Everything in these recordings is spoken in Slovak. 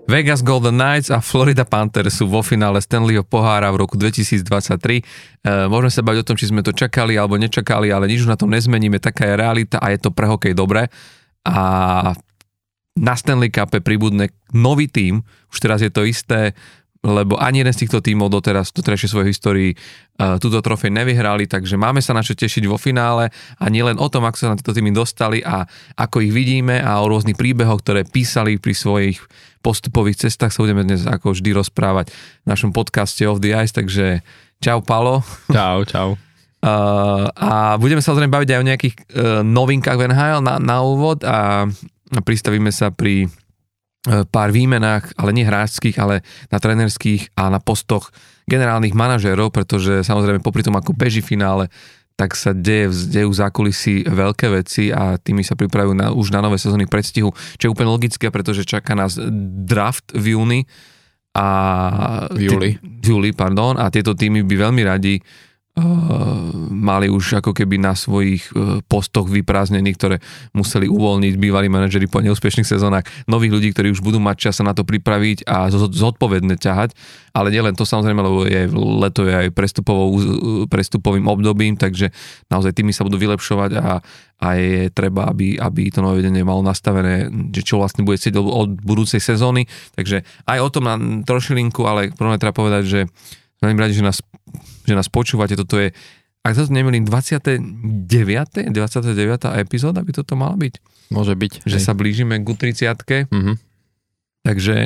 Vegas Golden Knights a Florida Panthers sú vo finále Stanleyho pohára v roku 2023. Môžeme sa baviť o tom, či sme to čakali alebo nečakali, ale nič už na tom nezmeníme, taká je realita a je to pre hokej dobre. A na Stanley Cupe pribudne nový tím, už teraz je to isté, lebo ani jeden z týchto tímov doteraz v doterajšej svojej histórii túto trofej nevyhrali, takže máme sa na čo tešiť vo finále a nielen o tom, ako sa na tieto týmy dostali a ako ich vidíme a o rôznych príbehoch, ktoré písali pri svojich postupových cestách sa budeme dnes ako vždy rozprávať v našom podcaste Off the Ice, takže čau Palo. Čau. A budeme sa samozrejme baviť aj o nejakých novinkách v NHL na úvod a pristavíme sa pri pár výmenách, ale nie hráčských, ale na trénerských a na postoch generálnych manažérov, pretože samozrejme popri tom, ako beží finále, tak sa dejú v zákulisí veľké veci a tými sa pripravujú už na nové sezóny predstihu, čo je úplne logické, pretože čaká nás draft v júni a v júli, a tieto týmy by veľmi radi mali už ako keby na svojich postoch vyprázdnených, ktoré museli uvoľniť bývalí manažeri po neúspešných sezónach, nových ľudí, ktorí už budú mať čas sa na to pripraviť a zodpovedne ťahať, ale nielen to samozrejme, lebo leto je aj prestupovým obdobím, takže naozaj týmy sa budú vylepšovať a je treba, aby to nové vedenie malo nastavené, čo vlastne bude chcieť od budúcej sezóny, takže aj o tom na trošilinku, ale prvom treba povedať, že veľmi radi, že nás počúvate, toto je, ak sa to nemýlim, 29. epizóda by toto mala byť. Môže byť. Že sa blížime k 30-ke. Mm-hmm. Takže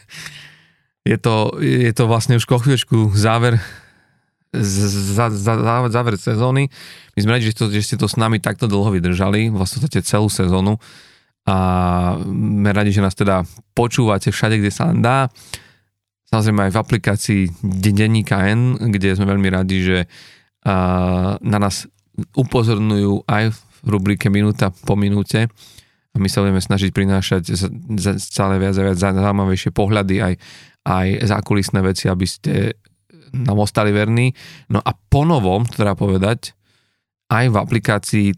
je to vlastne už chvíľočku záver sezóny. My sme radi, že ste to s nami takto dlho vydržali, vlastne celú sezónu a sme radi, že nás teda počúvate všade, kde sa len dá. Samozrejme aj v aplikácii Denníka N, kde sme veľmi radi, že na nás upozorňujú aj v rubrike Minúta po minúte a my sa budeme snažiť prinášať stále viac a viac zaujímavejšie pohľady aj zákulisné veci, aby ste nám ostali verní. No a ponovom, to treba povedať, aj v aplikácii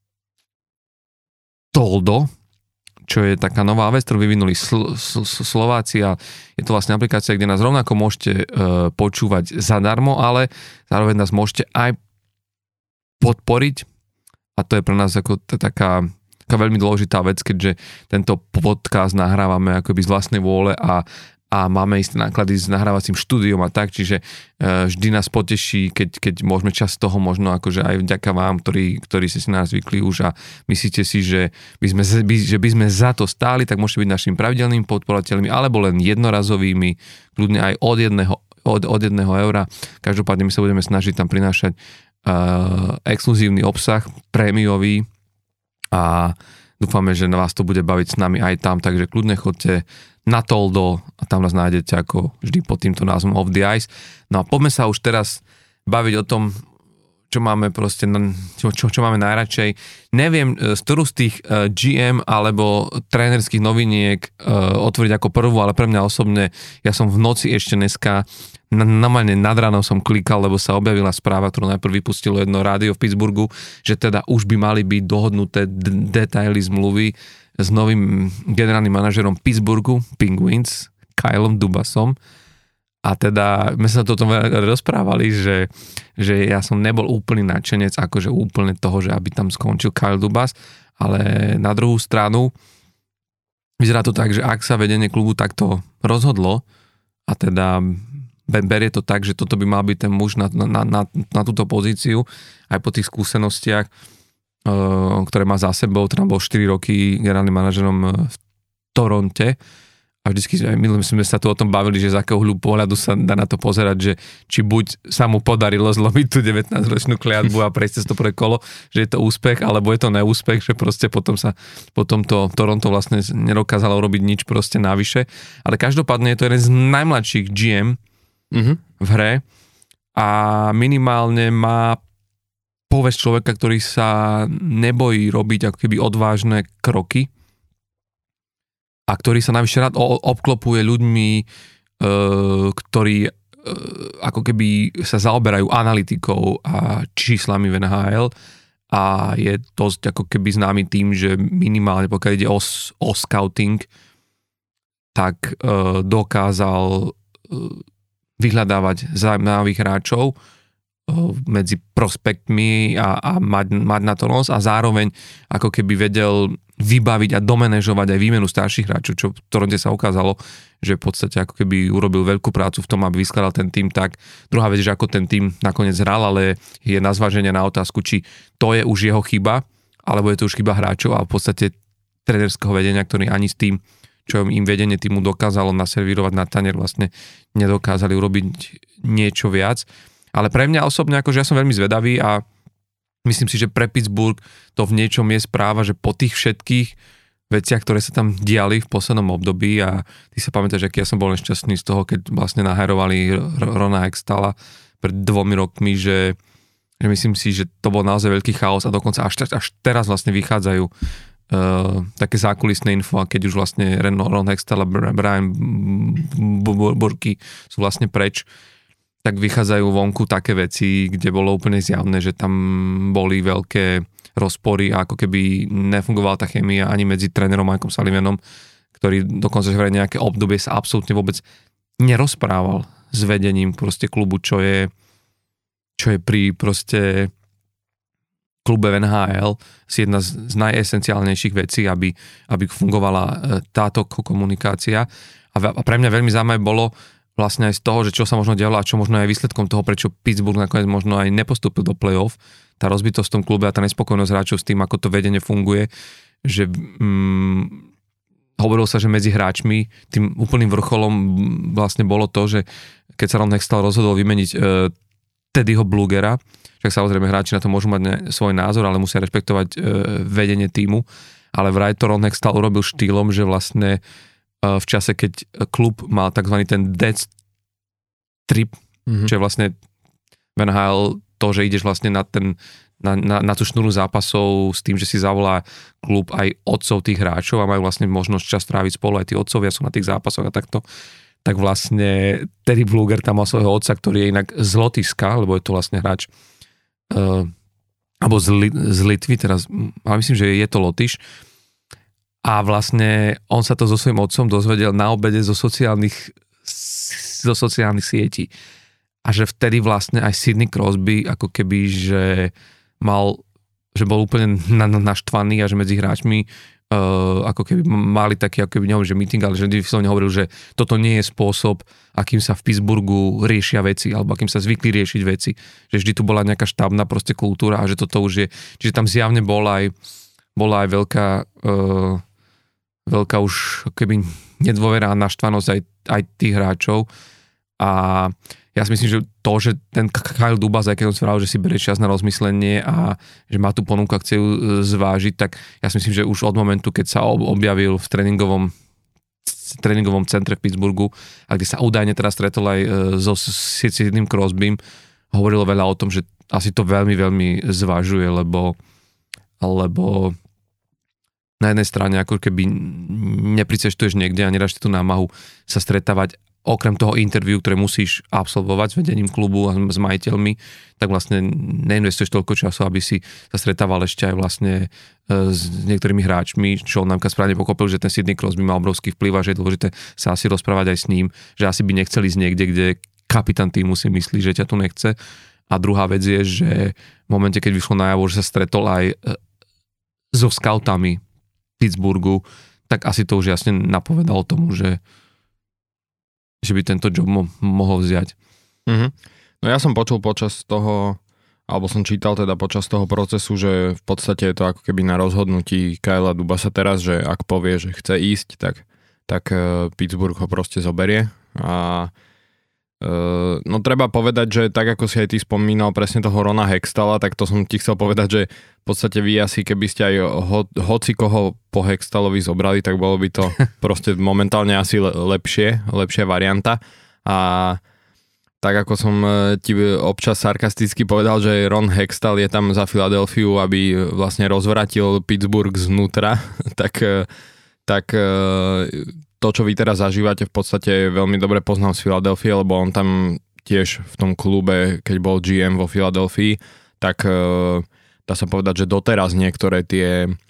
Toldo, čo je taká nová vec, ktorú vyvinuli Slováci a je to vlastne aplikácia, kde nás rovnako môžete počúvať zadarmo, ale zároveň nás môžete aj podporiť a to je pre nás ako taká veľmi dôležitá vec, keďže tento podcast nahrávame akoby z vlastnej vôle a máme isté náklady s nahrávacím štúdiom a tak, čiže vždy nás poteší, keď môžeme časť toho možno akože aj vďaka vám, ktorí ste si nás zvykli už a myslíte si, že by sme za to stáli, tak môžete byť našimi pravidelnými podporovateľmi alebo len jednorazovými, kľudne aj od 1 eura. Každopádne my sa budeme snažiť tam prinášať exkluzívny obsah, prémiový a dúfame, že na vás to bude baviť s nami aj tam, takže kľudne chodte na Toldo a tam nás nájdete ako vždy pod týmto názvom Off the Ice. No a poďme sa už teraz baviť o tom, čo máme proste, čo máme najradšej. Neviem, z ktorú z tých GM alebo trénerských noviniek otvoriť ako prvú, ale pre mňa osobne, ja som v noci ešte dneska normálne nad ránom som klikal, lebo sa objavila správa, ktorú najprv vypustilo jedno rádio v Pittsburghu, že teda už by mali byť dohodnuté detaily zmluvy s novým generálnym manažerom Pittsburghu, Penguins, Kylom Dubasom. A teda my sa to o tom rozprávali, že ja som nebol úplný nadšenec, akože úplne toho, že aby tam skončil Kyle Dubas, ale na druhú stranu vyzerá to tak, že ak sa vedenie klubu takto rozhodlo a teda berie to tak, že toto by mal byť ten muž na túto pozíciu aj po tých skúsenostiach, ktoré má za sebou, teda bol 4 roky generálnym manažerom v Toronte a vždycky my sme sa tu o tom bavili, že z akého pohľadu sa dá na to pozerať, že či buď sa mu podarilo zlomiť tú 19-ročnú kliatbu a prejsť cez to prvé kolo, že je to úspech, alebo je to neúspech, že proste potom to Toronto vlastne nedokázalo robiť nič proste navyše, ale každopádne je to jeden z najmladších GM v hre a minimálne má povesť človeka, ktorý sa nebojí robiť ako keby odvážne kroky a ktorý sa navyše rád obklopuje ľuďmi, ktorí ako keby sa zaoberajú analytikou a číslami v NHL a je dosť ako keby známy tým, že minimálne pokiaľ ide o scouting, tak dokázal vyhľadávať zaujímavých hráčov medzi prospektmi a mať na to nos a zároveň ako keby vedel vybaviť a domenežovať aj výmenu starších hráčov, čo v Toronte sa ukázalo, že v podstate ako keby urobil veľkú prácu v tom, aby vyskladal ten tým tak. Druhá vec, že ako ten tým nakoniec hral, ale je na zváženie na otázku, či to je už jeho chyba, alebo je to už chyba hráčov a v podstate trénerského vedenia, ktorý ani s tým, čo im vedenie týmu dokázalo naservírovať na tanier, vlastne nedokázali urobiť niečo viac. Ale pre mňa osobne, akože ja som veľmi zvedavý a myslím si, že pre Pittsburgh to v niečom je správa, že po tých všetkých veciach, ktoré sa tam diali v poslednom období a ty sa pamätáš, aký ja som bol nešťastný z toho, keď vlastne naherovali Rona Hextala pred 2 rokmi, že myslím si, že to bol naozaj veľký chaos a dokonca až teraz vlastne vychádzajú také zákulisné info a keď už vlastne Ron Hextall a Brian Burke sú vlastne preč, tak vychádzajú vonku také veci, kde bolo úplne zjavné, že tam boli veľké rozpory a ako keby nefungovala tá chémia ani medzi trénerom Mikeom Sullivanom, ktorý dokonca že v nejaké obdobie sa absolútne vôbec nerozprával s vedením proste klubu, čo je pri proste klube NHL jedna z najesenciálnejších vecí, aby fungovala táto komunikácia. A pre mňa veľmi zaujímavé bolo vlastne aj z toho, že čo sa možno dialo a čo možno aj výsledkom toho, prečo Pittsburgh nakoniec možno aj nepostúpil do play-off, tá rozbitosť v tom klube a tá nespokojnosť hráčov s tým, ako to vedenie funguje, že hovorilo sa, že medzi hráčmi tým úplným vrcholom vlastne bolo to, že keď sa Ron Hextall rozhodol vymeniť Teddyho Blugera, však samozrejme hráči na to môžu mať svoj názor, ale musia rešpektovať vedenie tímu, ale vraj to Ron Hextall urobil štýlom, že vlastne v čase, keď klub mal takzvaný ten death trip, čo je vlastne v NHL to, že ideš vlastne na tú šnúru zápasov s tým, že si zavolá klub aj otcov tých hráčov a majú vlastne možnosť čas tráviť spolu, aj tí otcovia sú na tých zápasoch a takto, tak vlastne Teddy Bluger tam mal svojho otca, ktorý je inak z Lotyšska, lebo je to vlastne hráč alebo z Litvy teraz, ale myslím, že je to Lotyš. A vlastne on sa to so svojím otcom dozvedel na obede zo sociálnych sietí. A že vtedy vlastne aj Sidney Crosby ako keby, že bol úplne naštvaný a že medzi hráčmi ako keby mali taký, ako keby nehovoril, že meeting, ale že vždy hovoril, že toto nie je spôsob, akým sa v Pittsburghu riešia veci, alebo akým sa zvykli riešiť veci. Že vždy tu bola nejaká štábna proste kultúra a že toto už je, čiže tam zjavne bola aj veľká už keby nedôvera a naštvanosť aj tých hráčov a ja si myslím, že to, že ten Kyle Dubas, aj keď on spravil, že si berie čas na rozmyslenie a že má tú ponuku a chce ju zvážiť, tak ja si myslím, že už od momentu, keď sa objavil v tréningovom centre v Pittsburghu a kde sa údajne teraz stretol aj so Sidneym Crosbym, hovorilo veľa o tom, že asi to veľmi, veľmi zvažuje, lebo na jednej strane ako keby nepricestuješ niekde a nedáš tú námahu sa stretávať okrem toho interview, ktoré musíš absolvovať s vedením klubu a s majiteľmi, tak vlastne neinvestuješ toľko času, aby si sa stretával ešte aj vlastne s niektorými hráčmi, čo on nám správne pochopil, že ten Sidney Crosby má obrovský vplyv a že je dôležité sa asi rozprávať aj s ním, že asi by nechceli ísť niekde, kde kapitán týmu si myslí, že ťa tu nechce. A druhá vec je, že v momente, keď vyšlo najavo, že sa stretol aj so scoutami Pittsburghu, tak asi to už jasne napovedalo tomu, že by tento job mohol vziať. Mm-hmm. No ja som počul počas toho, alebo som čítal teda počas toho procesu, že v podstate je to ako keby na rozhodnutí Kyla Dubasa teraz, že ak povie, že chce ísť, tak Pittsburgh ho proste zoberie. A no treba povedať, že tak ako si aj ty spomínal presne toho Rona Hextalla, tak to som ti chcel povedať, že v podstate vy asi keby ste aj hoci koho po Hextallovi zobrali, tak bolo by to proste momentálne asi lepšia varianta. A tak ako som ti občas sarkasticky povedal, že Ron Hextall je tam za Filadelfiu, aby vlastne rozvratil Pittsburgh znútra, tak to, čo vy teraz zažívate, v podstate veľmi dobre poznám z Filadelfie, lebo on tam tiež v tom klube, keď bol GM vo Filadelfii, tak dá sa povedať, že doteraz niektoré tie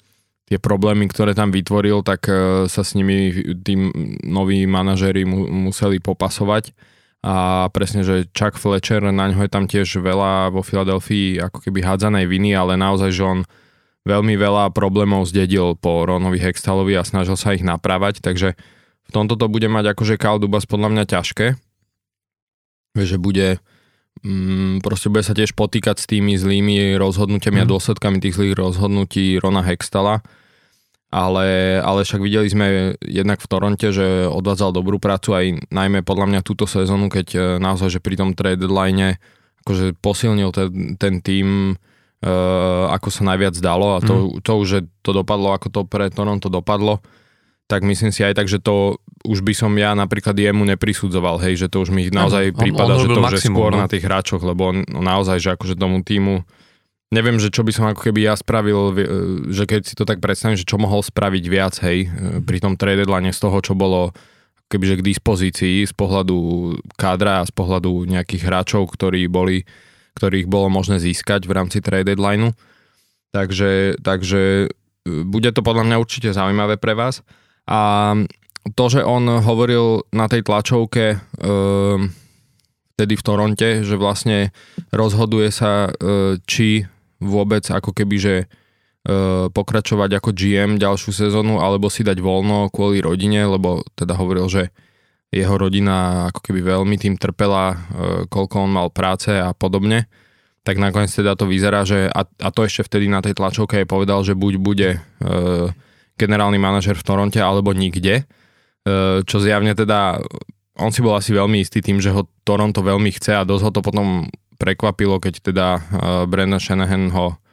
tie problémy, ktoré tam vytvoril, tak sa s nimi tým noví manažéri museli popasovať. A presne, že Chuck Fletcher, na ňo je tam tiež veľa vo Filadelfii ako keby hádzanej viny, ale naozaj, že on veľmi veľa problémov zdedil po Ronovi Hextalovi a snažil sa ich napravať, takže v tomto to bude mať akože Kyle Dubas podľa mňa ťažké, že proste bude sa tiež potýkať s tými zlými rozhodnutiami a dôsledkami tých zlých rozhodnutí Rona Hextala. Ale však videli sme jednak v Toronte, že odvádzal dobrú prácu aj najmä podľa mňa túto sezónu, keď naozaj, že pri tom trade deadline akože posilnil ten tím, ako sa najviac dalo a to už, že to dopadlo, ako to pre Toronto dopadlo, tak myslím si aj tak, že to už by som ja napríklad jemu neprisudzoval, hej, že to už mi naozaj prípada, že to už je skôr na tých hráčoch, lebo on naozaj, že akože tomu tímu neviem, že čo by som ako keby ja spravil, že keď si to tak predstavím, že čo mohol spraviť viac, hej, pri tom trade deadline z toho, čo bolo kebyže k dispozícii z pohľadu kádra a z pohľadu nejakých hráčov, ktorých bolo možné získať v rámci trade deadlineu. Takže bude to podľa mňa určite zaujímavé pre vás. A to, že on hovoril na tej tlačovke vtedy v Toronte, že vlastne rozhoduje sa, či vôbec ako keby, že pokračovať ako GM ďalšiu sezónu, alebo si dať voľno kvôli rodine, lebo teda hovoril, že jeho rodina ako keby veľmi tým trpela, koľko on mal práce a podobne. Tak nakoniec teda to vyzerá, že a to ešte vtedy na tej tlačovke je povedal, že buď bude generálny manažer v Toronte, alebo nikde. Čo zjavne teda on si bol asi veľmi istý tým, že ho Toronto veľmi chce a dosť ho to potom prekvapilo, keď teda Brendan Shanahan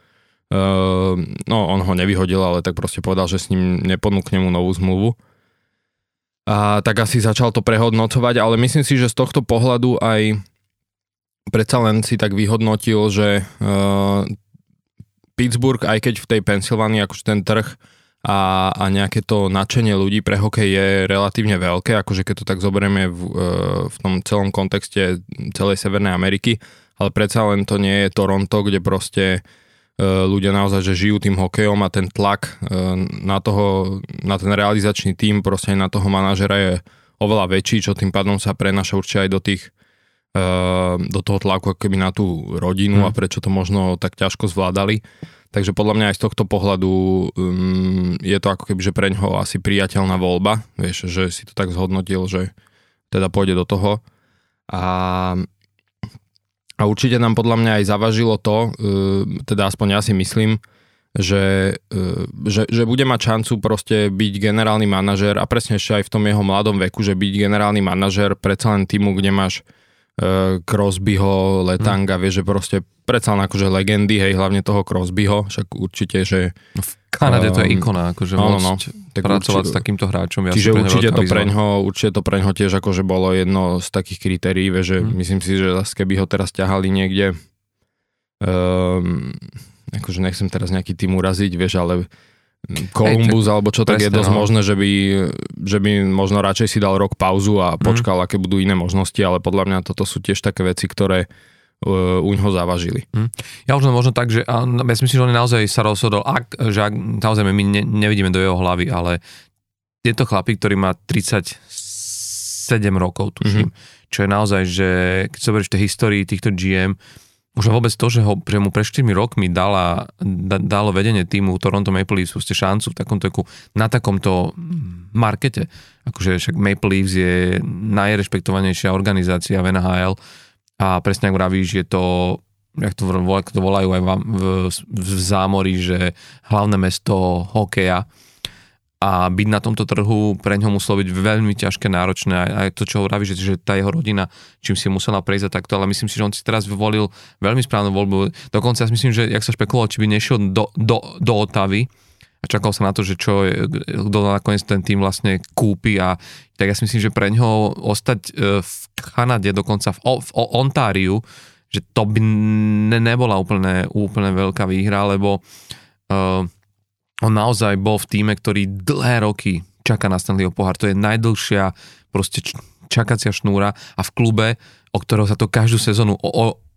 on ho nevyhodil, ale tak proste povedal, že s ním neponúkne mu novú zmluvu. A tak asi začal to prehodnocovať, ale myslím si, že z tohto pohľadu aj predsa len si tak vyhodnotil, že Pittsburgh, aj keď v tej Pensylvánii akože ten trh a nejaké to nadšenie ľudí pre hokej je relatívne veľké, akože keď to tak zoberieme v tom celom kontexte celej Severnej Ameriky, ale predsa len to nie je Toronto, kde proste ľudia naozaj, že žijú tým hokejom a ten tlak na ten realizačný tím, proste aj na toho manažera je oveľa väčší, čo tým pádom sa prenáša určite aj do toho tlaku ako keby na tú rodinu a prečo to možno tak ťažko zvládali. Takže podľa mňa aj z tohto pohľadu je to ako keby, že preňho asi priateľná voľba, vieš, že si to tak zhodnotil, že teda pôjde do toho. A určite nám podľa mňa aj zavažilo to, teda aspoň ja si myslím, že bude mať šancu proste byť generálny manažér a presne ešte aj v tom jeho mladom veku, že byť generálny manažér predsa len týmu, kde máš Crosbyho, Letanga, vieš, že proste predsa len akože legendy, hej, hlavne toho Crosbyho, však určite, že v Kanade to je ikona, akože môcť pracovať s takýmto hráčom. Čiže určite to preňho tiež akože bolo jedno z takých kritérií, že myslím si, že keby ho teraz ťahali niekde, akože nechcem teraz nejaký tým uraziť, vieš, ale Columbus alebo čo, tak je dosť možné, že by možno radšej si dal rok pauzu a počkal, aké budú iné možnosti, ale podľa mňa toto sú tiež také veci, ktoré uňho zavažili. Ja už možno tak, že ja myslím si, že on naozaj sa rozhodol, že naozaj my nevidíme do jeho hlavy, ale tieto chlapí, ktorý má 37 rokov, tuším, čo je naozaj, že keď sa berieš v tej histórii týchto GM, už vôbec to, že mu pre 4 rokmi dalo vedenie týmu Toronto Maple Leafs šancu na takomto markete. Akože však Maple Leafs je najrešpektovanejšia organizácia v NHL a presne ako vravíš, je to, jak to volajú aj v zámori, že hlavné mesto hokeja. A byť na tomto trhu pre ňo muselo byť veľmi ťažké, náročné. Aj to, čo hovorí, že tá jeho rodina, čím si musela prejsť a takto, ale myslím si, že on si teraz vyvolil veľmi správnu voľbu. Dokonca ja si myslím, že jak sa špekulovalo, či by nešiel do Ottavy a čakal sa na to, že kto nakoniec ten tým vlastne kúpi a tak ja si myslím, že pre ňo ostať v Kanade, dokonca v Ontáriu, že to by nebola úplne veľká výhra, lebo on naozaj bol v tíme, ktorý dlhé roky čaká na Stanleyho pohár. To je najdlhšia proste čakacia šnúra a v klube, o ktorého sa to každú sezónu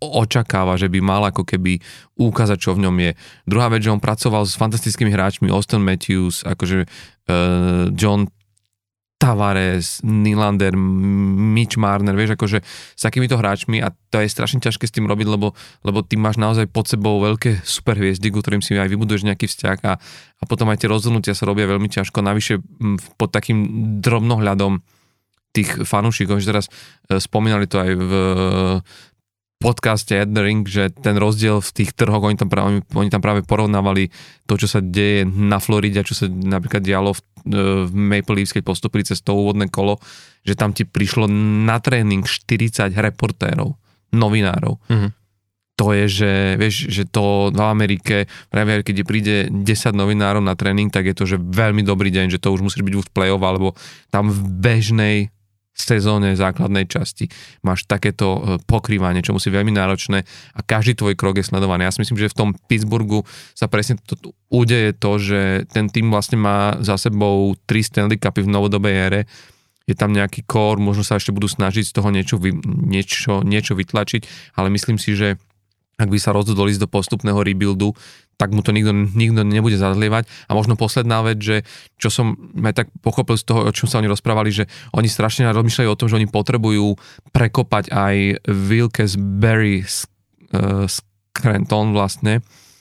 očakáva, že by mal ako keby ukázať, čo v ňom je. Druhá vec, že on pracoval s fantastickými hráčmi, Austin Matthews, akože John Tavares, Nylander, Mitch Marner, vieš, akože s takýmito hráčmi a to je strašne ťažké s tým robiť, lebo ty máš naozaj pod sebou veľké superhviezdy, ku ktorým si aj vybuduješ nejaký vzťah a potom aj tie rozhodnutia sa robia veľmi ťažko, navyše pod takým drobnohľadom tých fanúšikov, že teraz spomínali to aj v podcaste At the Ring, že ten rozdiel v tých trhoch, oni tam práve porovnávali to, čo sa deje na Floride, čo sa napríklad dialo v Maple Leafs, keď postupili cez to úvodné kolo, že tam ti prišlo na tréning 40 reportérov, novinárov. Mm-hmm. To je, že vieš, že to v Amerike, práve keď príde 10 novinárov na tréning, tak je to, že veľmi dobrý deň, že to už musíš byť v play-off, alebo tam v bežnej sezóne základnej časti máš takéto pokrývanie, čo musí veľmi náročné a každý tvoj krok je sledovaný. Ja si myslím, že v tom Pittsburghu sa presne to udeje to, že ten tým vlastne má za sebou 3 Stanley Cupy v novodobej ére, je tam nejaký core, možno sa ešte budú snažiť z toho niečo vytlačiť, ale myslím si, že ak by sa rozhodol ísť do postupného rebuildu, tak mu to nikto nebude zadlievať. A možno posledná vec, že čo som aj tak pochopil z toho, o čom sa oni rozprávali, že oni strašne rozmýšľajú o tom, že oni potrebujú prekopať aj Wilkes-Barre Scranton vlastne,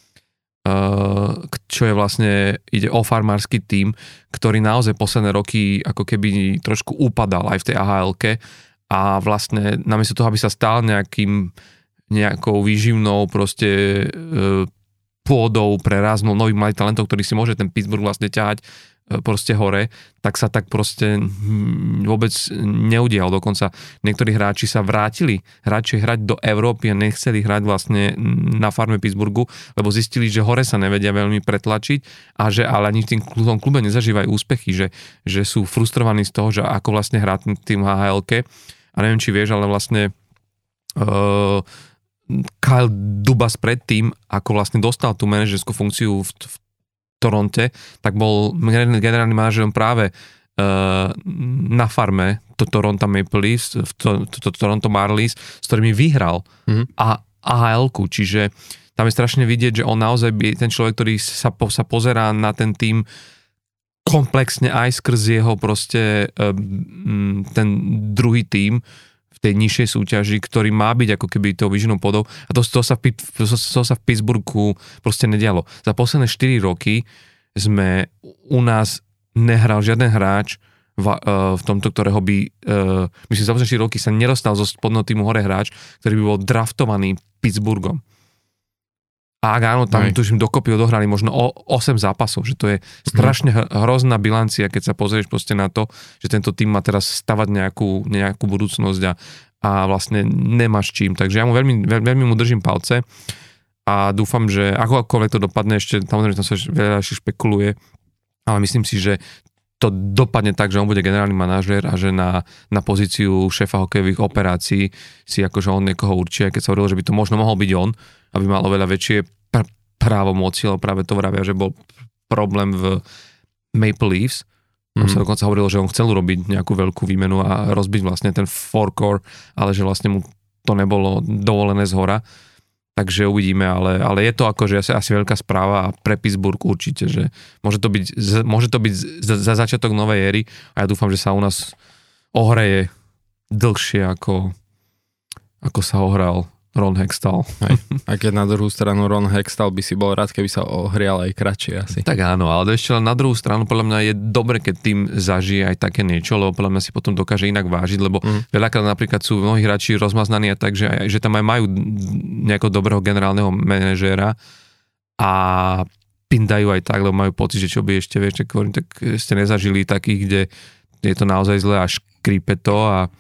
čo je vlastne, ide o farmársky tím, ktorý naozaj posledné roky ako keby trošku upadal aj v tej AHL-ke a vlastne namiesto toho, aby sa stal nejakou výživnou proste pôdou pre rast nových mladých talentov, ktorý si môže ten Pittsburgh vlastne ťahať proste hore, tak sa tak proste vôbec neudial. Dokonca niektorí hráči sa vrátili hrať do Európy a nechceli hrať vlastne na farme Pittsburghu, lebo zistili, že hore sa nevedia veľmi pretlačiť a že ale ani v tom klube nezažívajú úspechy, že sú frustrovaní z toho, že ako vlastne hrá tým HHL-ke. A neviem, či vieš, ale vlastne Kyle Dubas predtým, ako vlastne dostal tú manažerskú funkciu v Toronte, tak bol generálnym manažerom práve na farme Toronto Maple Leafs, Toronto Marlies, s ktorými vyhral AHL-ku, čiže tam je strašne vidieť, že on naozaj je ten človek, ktorý sa pozerá na ten tým komplexne aj skrz jeho proste ten druhý tím tej nižšej súťaži, ktorý má byť ako keby tou výživnou podou a to sa v Pittsburghu proste nedialo. Za posledné 4 roky sme u nás nehral žiaden hráč v tomto, ktorého by myslím, za posledné 4 roky sa nedostal zo spodného týmu hore hráč, ktorý by bol draftovaný Pittsburghom. A ak áno, tam tuším dokopy odohrali možno 8 zápasov, že to je strašne hrozná bilancia, keď sa pozrieš proste na to, že tento tým má teraz stavať nejakú budúcnosť a vlastne nemáš čím. Takže ja mu veľmi mu držím palce a dúfam, že akokoľvek to dopadne, ešte samozrejme tam sa veľa špekuluje, ale myslím si, že to dopadne tak, že on bude generálny manažér a že na pozíciu šéfa hokejových operácií si akože on niekoho určí, keď sa hovorilo, že by to možno mohol byť on, aby mal oveľa väčšie právomoci, lebo práve to vravia, že bol problém v Maple Leafs. Tam sa dokonca hovorilo, že on chcel urobiť nejakú veľkú výmenu a rozbiť vlastne ten four-core, ale že vlastne mu to nebolo dovolené zhora. Takže uvidíme, ale je to akože asi veľká správa pre Pittsburgh určite, že môže to byť za začiatok novej éry a ja dúfam, že sa u nás ohreje dlhšie ako sa ohral Ron Hextall. A keď na druhú stranu Ron Hextall by si bol rád, keby sa ohrial aj kratšie asi. Tak áno, ale ešte len na druhú stranu podľa mňa je dobre, keď tým zažije aj také niečo, lebo podľa mňa si potom dokáže inak vážiť, lebo veľakrát napríklad sú mnohí hráči rozmaznaní a tak, že tam aj majú nejakého dobrého generálneho manažéra a pindajú aj tak, lebo majú pocit, že čo by ešte, vieš, tak ste nezažili takých, kde je to naozaj zle a škrípe to a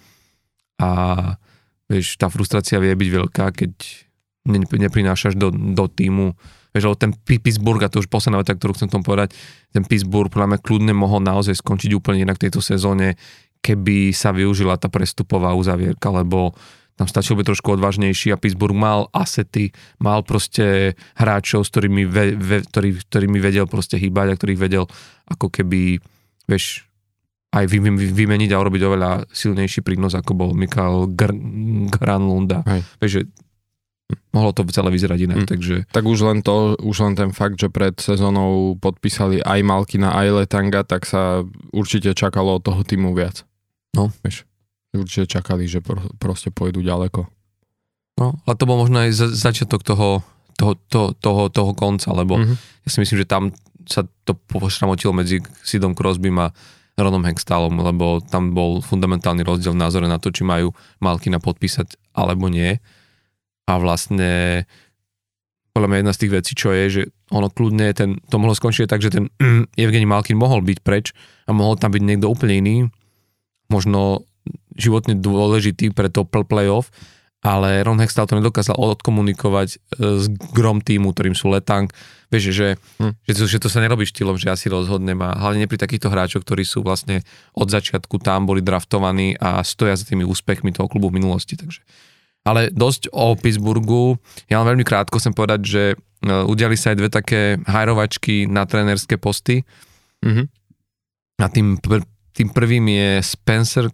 vieš, tá frustrácia vie byť veľká, keď neprinášaš do tímu. Vieš, lebo ten Pittsburgh, a to už posledná veta, ktorú chcem tomu povedať, ten Pittsburgh podľa mňa kľudne mohol naozaj skončiť úplne inak v tejto sezóne, keby sa využila tá prestupová uzavierka, lebo tam stačil byť trošku odvážnejší a Pittsburgh mal asety, mal proste hráčov, s ktorými vedel proste hýbať a ktorých vedel ako keby, vieš, aj vymeniť a urobiť oveľa silnejší prínos, ako bol Mikael Granlunda. Takže mohlo to celé vyzerať inak, takže... Tak už len ten fakt, že pred sezónou podpísali aj Malkina, aj Letanga, tak sa určite čakalo od toho týmu viac. No. Vieš, určite čakali, že proste pôjdu ďaleko. No, ale to bol možno aj začiatok toho konca, lebo ja si myslím, že tam sa to pošramotilo medzi Sidom Crosbym a Ronom Hextallom, lebo tam bol fundamentálny rozdiel v názore na to, či majú Malkina podpísať alebo nie. A vlastne podľa mňa jedna z tých vecí, čo je, že ono kľudne to mohlo skončiť tak, že ten Evgeni Malkin mohol byť preč a mohol tam byť niekto úplne iný, možno životne dôležitý pre to playoff, ale Ron Hextall to nedokázal odkomunikovať s grom týmu, ktorým sú Letang. Vieš, že to sa nerobí štýlom, že ja si rozhodnem a hlavne pri takýchto hráčoch, ktorí sú vlastne od začiatku tam boli draftovaní a stoja za tými úspechmi toho klubu v minulosti. Takže. Ale dosť o Pittsburghu. Ja len veľmi krátko chcem povedať, že udiali sa aj dve také hajrovačky na trénerské posty. A tým prvým je Spencer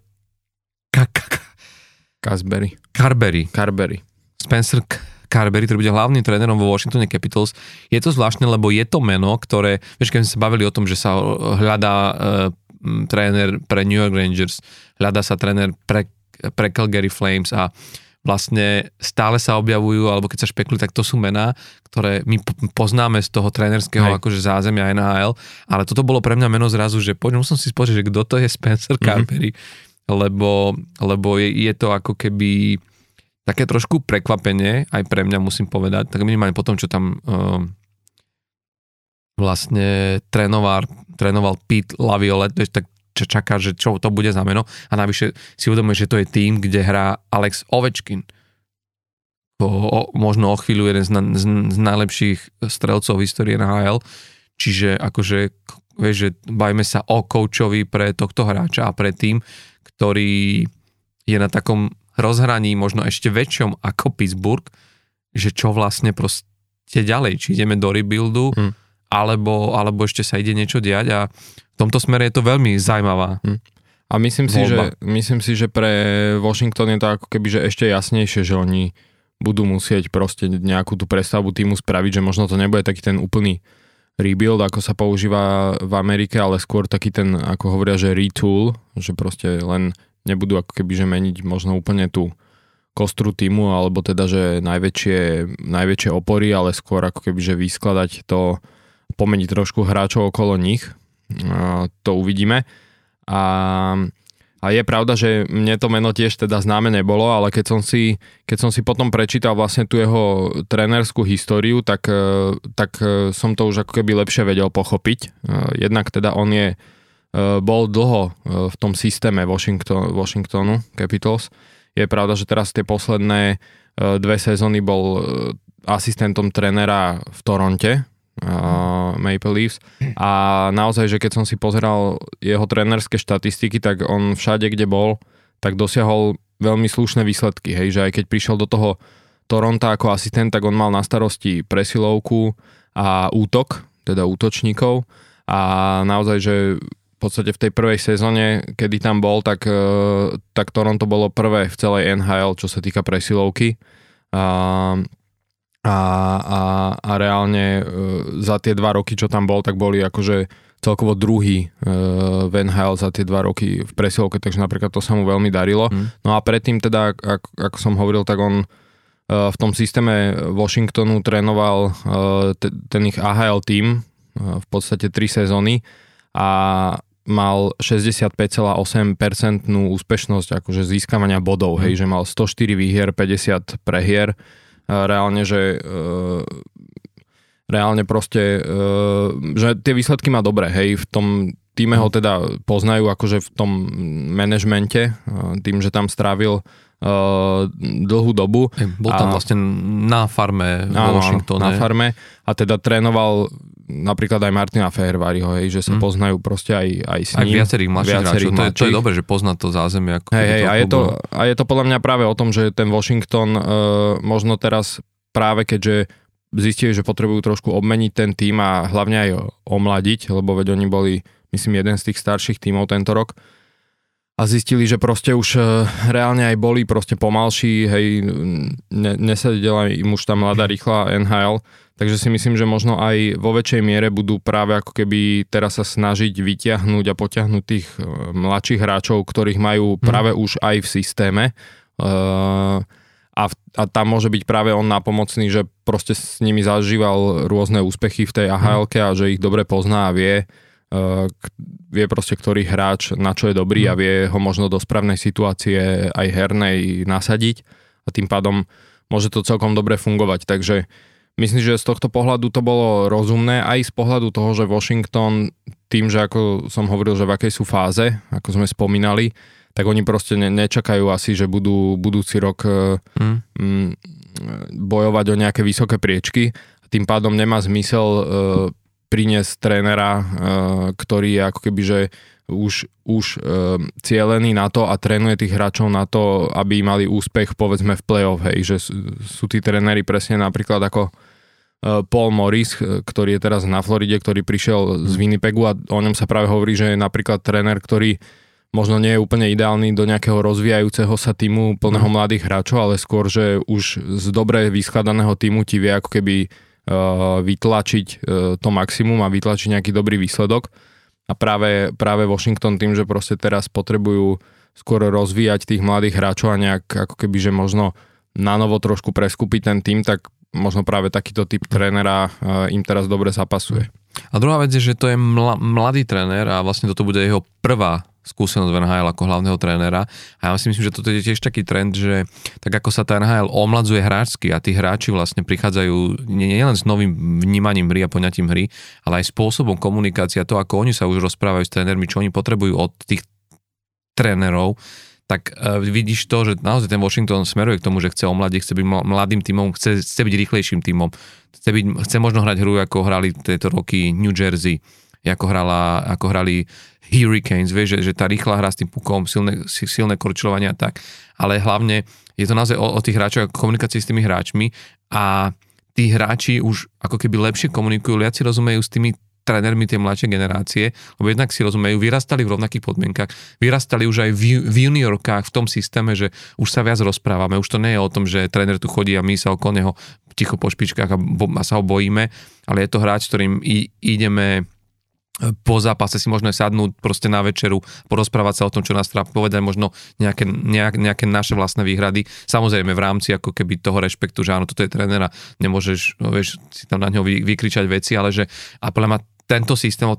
Carberry. Spencer Carberry, ktorý bude hlavným trénerom vo Washington Capitals. Je to zvláštne, lebo je to meno, ktoré, vieš, keď sme sa bavili o tom, že sa hľadá tréner pre New York Rangers, hľadá sa tréner pre Calgary Flames a vlastne stále sa objavujú, alebo keď sa špekulujú, tak to sú mená, ktoré my poznáme z toho trénerského akože zázemia NHL, ale toto bolo pre mňa meno zrazu, že musím si spočítať, že kto to je Spencer Carberry, lebo je to ako keby také trošku prekvapenie, aj pre mňa musím povedať, tak minimálne po tom, čo tam vlastne trénoval Pete Laviolette, tak čaká, že čo to bude za meno a navyše si uvedomuje, že to je tým, kde hrá Alex Ovečkin. Možno o chvíľu jeden z najlepších strelcov v histórii NHL, čiže akože vieš, že bavíme sa o koučovi pre tohto hráča a pre tým, ktorý je na takom rozhraní možno ešte väčšom ako Pittsburgh, že čo vlastne proste ďalej, či ideme do rebuildu, alebo ešte sa ide niečo diať a v tomto smere je to veľmi zaujímavá. A myslím si, že pre Washington je to ako keby že ešte jasnejšie, že oni budú musieť proste nejakú tú prestavbu týmu spraviť, že možno to nebude taký ten úplný rebuild, ako sa používa v Amerike, ale skôr taký ten, ako hovoria, že retool, že proste len nebudú ako keby že meniť možno úplne tú kostru týmu, alebo teda, že najväčšie opory, ale skôr ako keby že vyskladať to, pomeniť trošku hráčov okolo nich. To uvidíme. A je pravda, že mne to meno tiež teda známe nebolo, ale keď som si potom prečítal vlastne tú jeho trénerskú históriu, tak som to už ako keby lepšie vedel pochopiť. Jednak teda on bol dlho v tom systéme Washingtonu Capitals. Je pravda, že teraz tie posledné 2 sezóny bol asistentom trénera v Toronte, Maple Leafs, a naozaj, že keď som si pozeral jeho trénerské štatistiky, tak on všade, kde bol, tak dosiahol veľmi slušné výsledky, hej, že aj keď prišiel do toho Toronta ako asistent, tak on mal na starosti presilovku a útok, teda útočníkov, a naozaj, že v podstate v tej prvej sezóne, kedy tam bol, tak Toronto bolo prvé v celej NHL, čo sa týka presilovky. A reálne za tie 2 roky, čo tam bol, tak boli akože celkovo druhý v NHL za tie 2 roky v presilovke, takže napríklad to sa mu veľmi darilo. No a predtým teda, ako som hovoril, tak on v tom systéme Washingtonu trénoval ten ich AHL tím v podstate 3 sezóny a mal 65,8% úspešnosť akože získavania bodov, hej, že mal 104 výhier, 50 prehier. Reálne proste, že tie výsledky má dobré, hej, v tom týme ho teda poznajú akože v tom manažmente, tým, že tam strávil dlhú dobu. Bol tam vlastne na farme vo Washingtone. Na farme a teda trénoval napríklad aj Martina Fehervaryho, hej, že sa poznajú proste aj s ním. Aj viacerých mladších hráčov. To je dobré, že pozná to zázemie. A je to podľa mňa práve o tom, že ten Washington možno teraz práve keďže zistili, že potrebujú trošku obmeniť ten tým a hlavne aj omladiť, lebo veď oni boli, myslím, jeden z tých starších tímov tento rok. a zistili, že proste už reálne aj boli proste pomalší, hej, nesedela im už tá mladá rýchla NHL, takže si myslím, že možno aj vo väčšej miere budú práve ako keby teraz sa snažiť vyťahnuť a potiahnuť tých mladších hráčov, ktorých majú práve už aj v systéme a tam môže byť práve on nápomocný, že proste s nimi zažíval rôzne úspechy v tej AHL-ke a že ich dobre pozná a vie proste, ktorý hráč na čo je dobrý a vie ho možno do správnej situácie aj hernej nasadiť a tým pádom môže to celkom dobre fungovať. Takže myslím, že z tohto pohľadu to bolo rozumné, aj z pohľadu toho, že Washington tým, že ako som hovoril, že v akej sú fáze, ako sme spomínali, tak oni proste nečakajú asi, že budú budúci rok bojovať o nejaké vysoké priečky. Tým pádom nemá zmysel priniesť trénera, ktorý je ako keby, že už cielený na to a trénuje tých hráčov na to, aby mali úspech povedzme v play-off, hej, že sú tí tréneri presne napríklad ako Paul Morris, ktorý je teraz na Floride, ktorý prišiel z Winnipegu a o ňom sa práve hovorí, že je napríklad tréner, ktorý možno nie je úplne ideálny do nejakého rozvíjajúceho sa týmu plného mladých hráčov, ale skôr, že už z dobre vyskladaného týmu ti vie ako keby vytlačiť to maximum a vytlačiť nejaký dobrý výsledok. A práve Washington tým, že proste teraz potrebujú skôr rozvíjať tých mladých hráčov a nejak ako keby, že možno nanovo trošku preskúpiť ten tým, tak možno práve takýto typ trénera im teraz dobre zapasuje. A druhá vec je, že to je mladý tréner a vlastne toto bude jeho prvá skúsenosť v NHL ako hlavného trénera. A ja si myslím, že toto je tiež taký trend, že tak ako sa tá NHL omladzuje hráčsky a tí hráči vlastne prichádzajú nielen s novým vnímaním hry a poňatím hry, ale aj spôsobom komunikácia, to ako oni sa už rozprávajú s trénermi, čo oni potrebujú od tých trénerov, tak vidíš to, že naozaj ten Washington smeruje k tomu, že chce omladiť, chce byť mladým tímom, chce byť rýchlejším tímom, chce možno hrať hru, ako hrali tieto roky New Jersey, ako hrali Hurricanes, vieš, že tá rýchla hra s tým pukom, silné korčilovanie a tak, ale hlavne je to naozaj o tých hráčoch, komunikácii s tými hráčmi a tí hráči už ako keby lepšie komunikujú, viac si rozumejú s tými trénermi tej mladšej generácie, lebo jednak si rozumejú, vyrastali v rovnakých podmienkach, vyrastali už aj v juniorkách v tom systéme, že už sa viac rozprávame, už to nie je o tom, že tréner tu chodí a my sa okolo neho ticho po špičkách a sa ho bojíme, ale je to hráč, s ktorým ideme po zápase si možno sadnúť proste na večeru, porozprávať sa o tom, čo nás trápi, povedať možno nejaké naše vlastné výhrady. Samozrejme v rámci ako keby toho rešpektu, že áno, toto je trénera, nemôžeš, vieš, si tam na ňo vykričať veci, ale že a podľa mňa tento systém,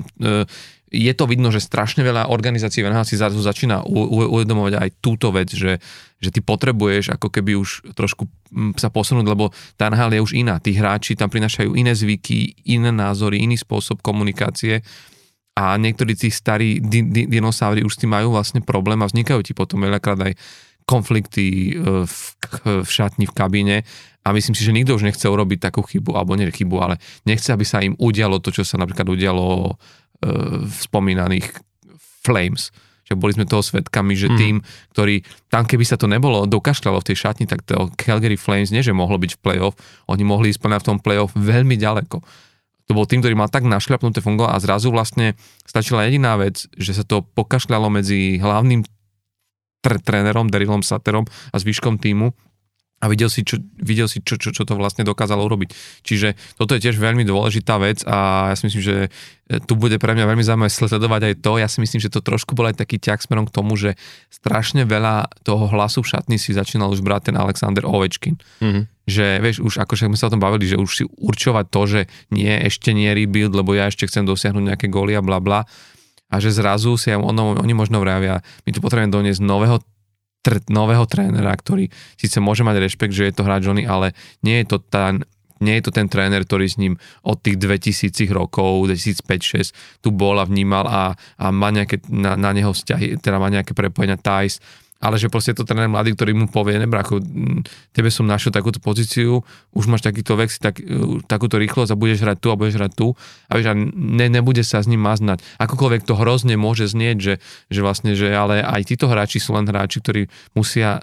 je to vidno, že strašne veľa organizácií v NHL si začína uvedomovať aj túto vec, že ty potrebuješ ako keby už trošku sa posunúť, lebo tá NHL je už iná. Tí hráči tam prinášajú iné zvyky, iné názory, iný spôsob komunikácie a niektorí tí starí dinosauri už s tým majú vlastne problém a vznikajú ti potom veľakrát aj konflikty v šatni, v kabíne a myslím si, že nikto už nechce urobiť takú chybu, alebo nie chybu, ale nechce, aby sa im udialo to, čo sa napríklad udialo v spomínaných Flames. Že boli sme toho svedkami, že tým, ktorý tam keby sa to nebolo dokašľalo v tej šatni, tak to Calgary Flames nie, že mohlo byť v play-off, oni mohli ísť v tom play-off veľmi ďaleko. To bol tým, ktorý mal tak našľapnuté fungovať a zrazu vlastne stačila jediná vec, že sa to pokašľalo medzi hlavným trénerom Darylom Sutterom a zvyškom týmu a videl si, čo to vlastne dokázalo urobiť. Čiže toto je tiež veľmi dôležitá vec a ja si myslím, že tu bude pre mňa veľmi zaujímavé sledovať aj to. Ja si myslím, že to trošku bol aj taký ťah smerom k tomu, že strašne veľa toho hlasu v šatni si začínal už brať ten Alexander Ovečkin. Že vieš, už akože sme sa o tom bavili, že už si určovať to, že nie, ešte nie rebuild, lebo ja ešte chcem dosiahnuť nejaké góly a bla bla. A že zrazu si oni možno vravia, my tu potrebujeme doniesť nového trénera, ktorý síce môže mať rešpekt, že je to hráč Johnny, ale nie je to ten tréner, ktorý s ním od tých 2000 rokov, 2005-2006 tu bol a vnímal a má nejaké na neho vzťahy, teda má nejaké prepojenia ties, ale že proste je to tréner mladý, ktorý mu povie, nebrácho, tebe som našiel takúto pozíciu, už máš takýto vek, takúto rýchlosť a budeš hrať tu a budeš hrať tu a vieš, nebude sa s ním maznať. Akokoľvek to hrozne môže znieť, že vlastne, že ale aj títo hráči sú len hráči, ktorí musia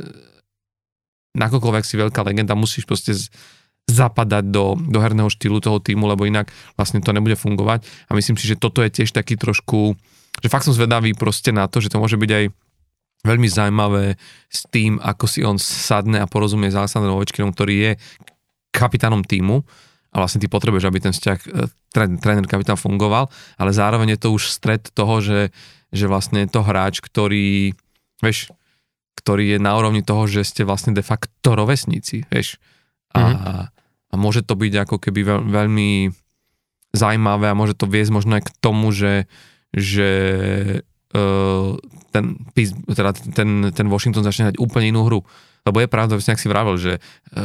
nakoľkoľvek si veľká legenda, musíš proste zapadať do herného štýlu toho týmu, lebo inak vlastne to nebude fungovať a myslím si, že toto je tiež taký trošku že fakt som zvedavý proste na to, že to môže byť aj veľmi zaujímavé s tým, ako si on sadne a porozumie s Alexandrom Ovečkinom, ktorý je kapitánom tímu a vlastne ty potrebuješ, aby ten vzťah tréner-kapitán fungoval, ale zároveň je to už stred toho, že vlastne je to hráč, ktorý, vieš, ktorý je na úrovni toho, že ste vlastne de facto rovesníci, vieš. A môže to byť ako keby veľmi zaujímavé a môže to viesť možno aj k tomu, že ten Washington začne hrať úplne inú hru. Lebo je pravda, ak si vravel, že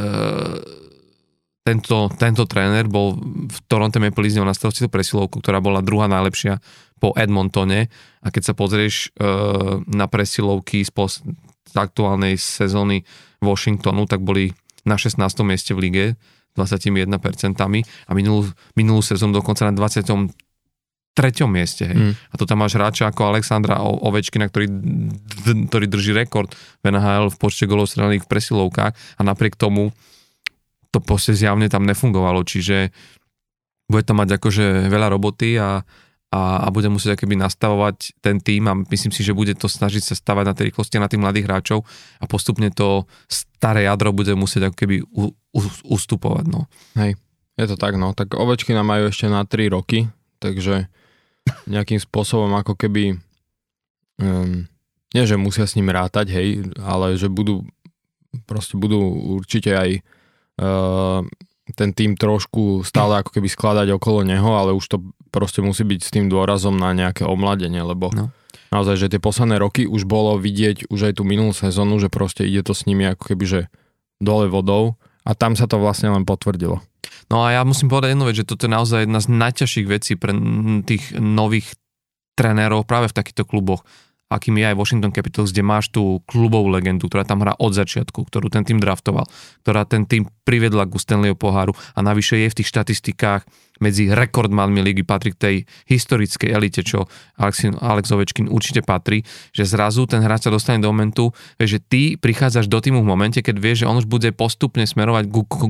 tento tréner bol v Toronto Maple Leafs na starosti tú presilovku, ktorá bola druhá najlepšia po Edmontone a keď sa pozrieš na presilovky z aktuálnej sezóny Washingtonu, tak boli na 16. mieste v lige 21% a minulú sezónu dokonca na 23. mieste. Hej. A tu tam máš hráča ako Alexandra Ovečkina, ktorý drží rekord v NHL v počte golov strelených v presilovkách a napriek tomu to proste zjavne tam nefungovalo, čiže bude tam mať akože veľa roboty a bude musieť akoby nastavovať ten tým a myslím si, že bude to snažiť sa stavať na tej rýchlosti na tých mladých hráčov a postupne to staré jadro bude musieť ako keby ustupovať. No. Hej, je to tak, no. Tak Ovečkina majú ešte na 3 roky, takže nejakým spôsobom ako keby nie, že musia s ním rátať, hej, ale že budú určite aj ten tým trošku stále ako keby skladať okolo neho, ale už to proste musí byť s tým dôrazom na nejaké omladenie, lebo naozaj, že tie posledné roky už bolo vidieť už aj tú minulú sezónu, že proste ide to s nimi ako keby, že dole vodou a tam sa to vlastne len potvrdilo. No a ja musím povedať jednu vec, že toto je naozaj jedna z najťažších vecí pre tých nových trénerov práve v takýchto kluboch, akým je aj Washington Capitals, kde máš tú klubovú legendu, ktorá tam hrá od začiatku, ktorú ten tým draftoval, ktorá ten tým priviedla k Stanleyho poháru a navyše je v tých štatistikách medzi rekordmanmi ligy, patrí k tej historickej elite, čo Alex Ovečkin určite patrí, že zrazu ten hráč sa dostane do momentu, že ty prichádzaš do týmu v momente, keď vieš, že on už bude postupne smerovať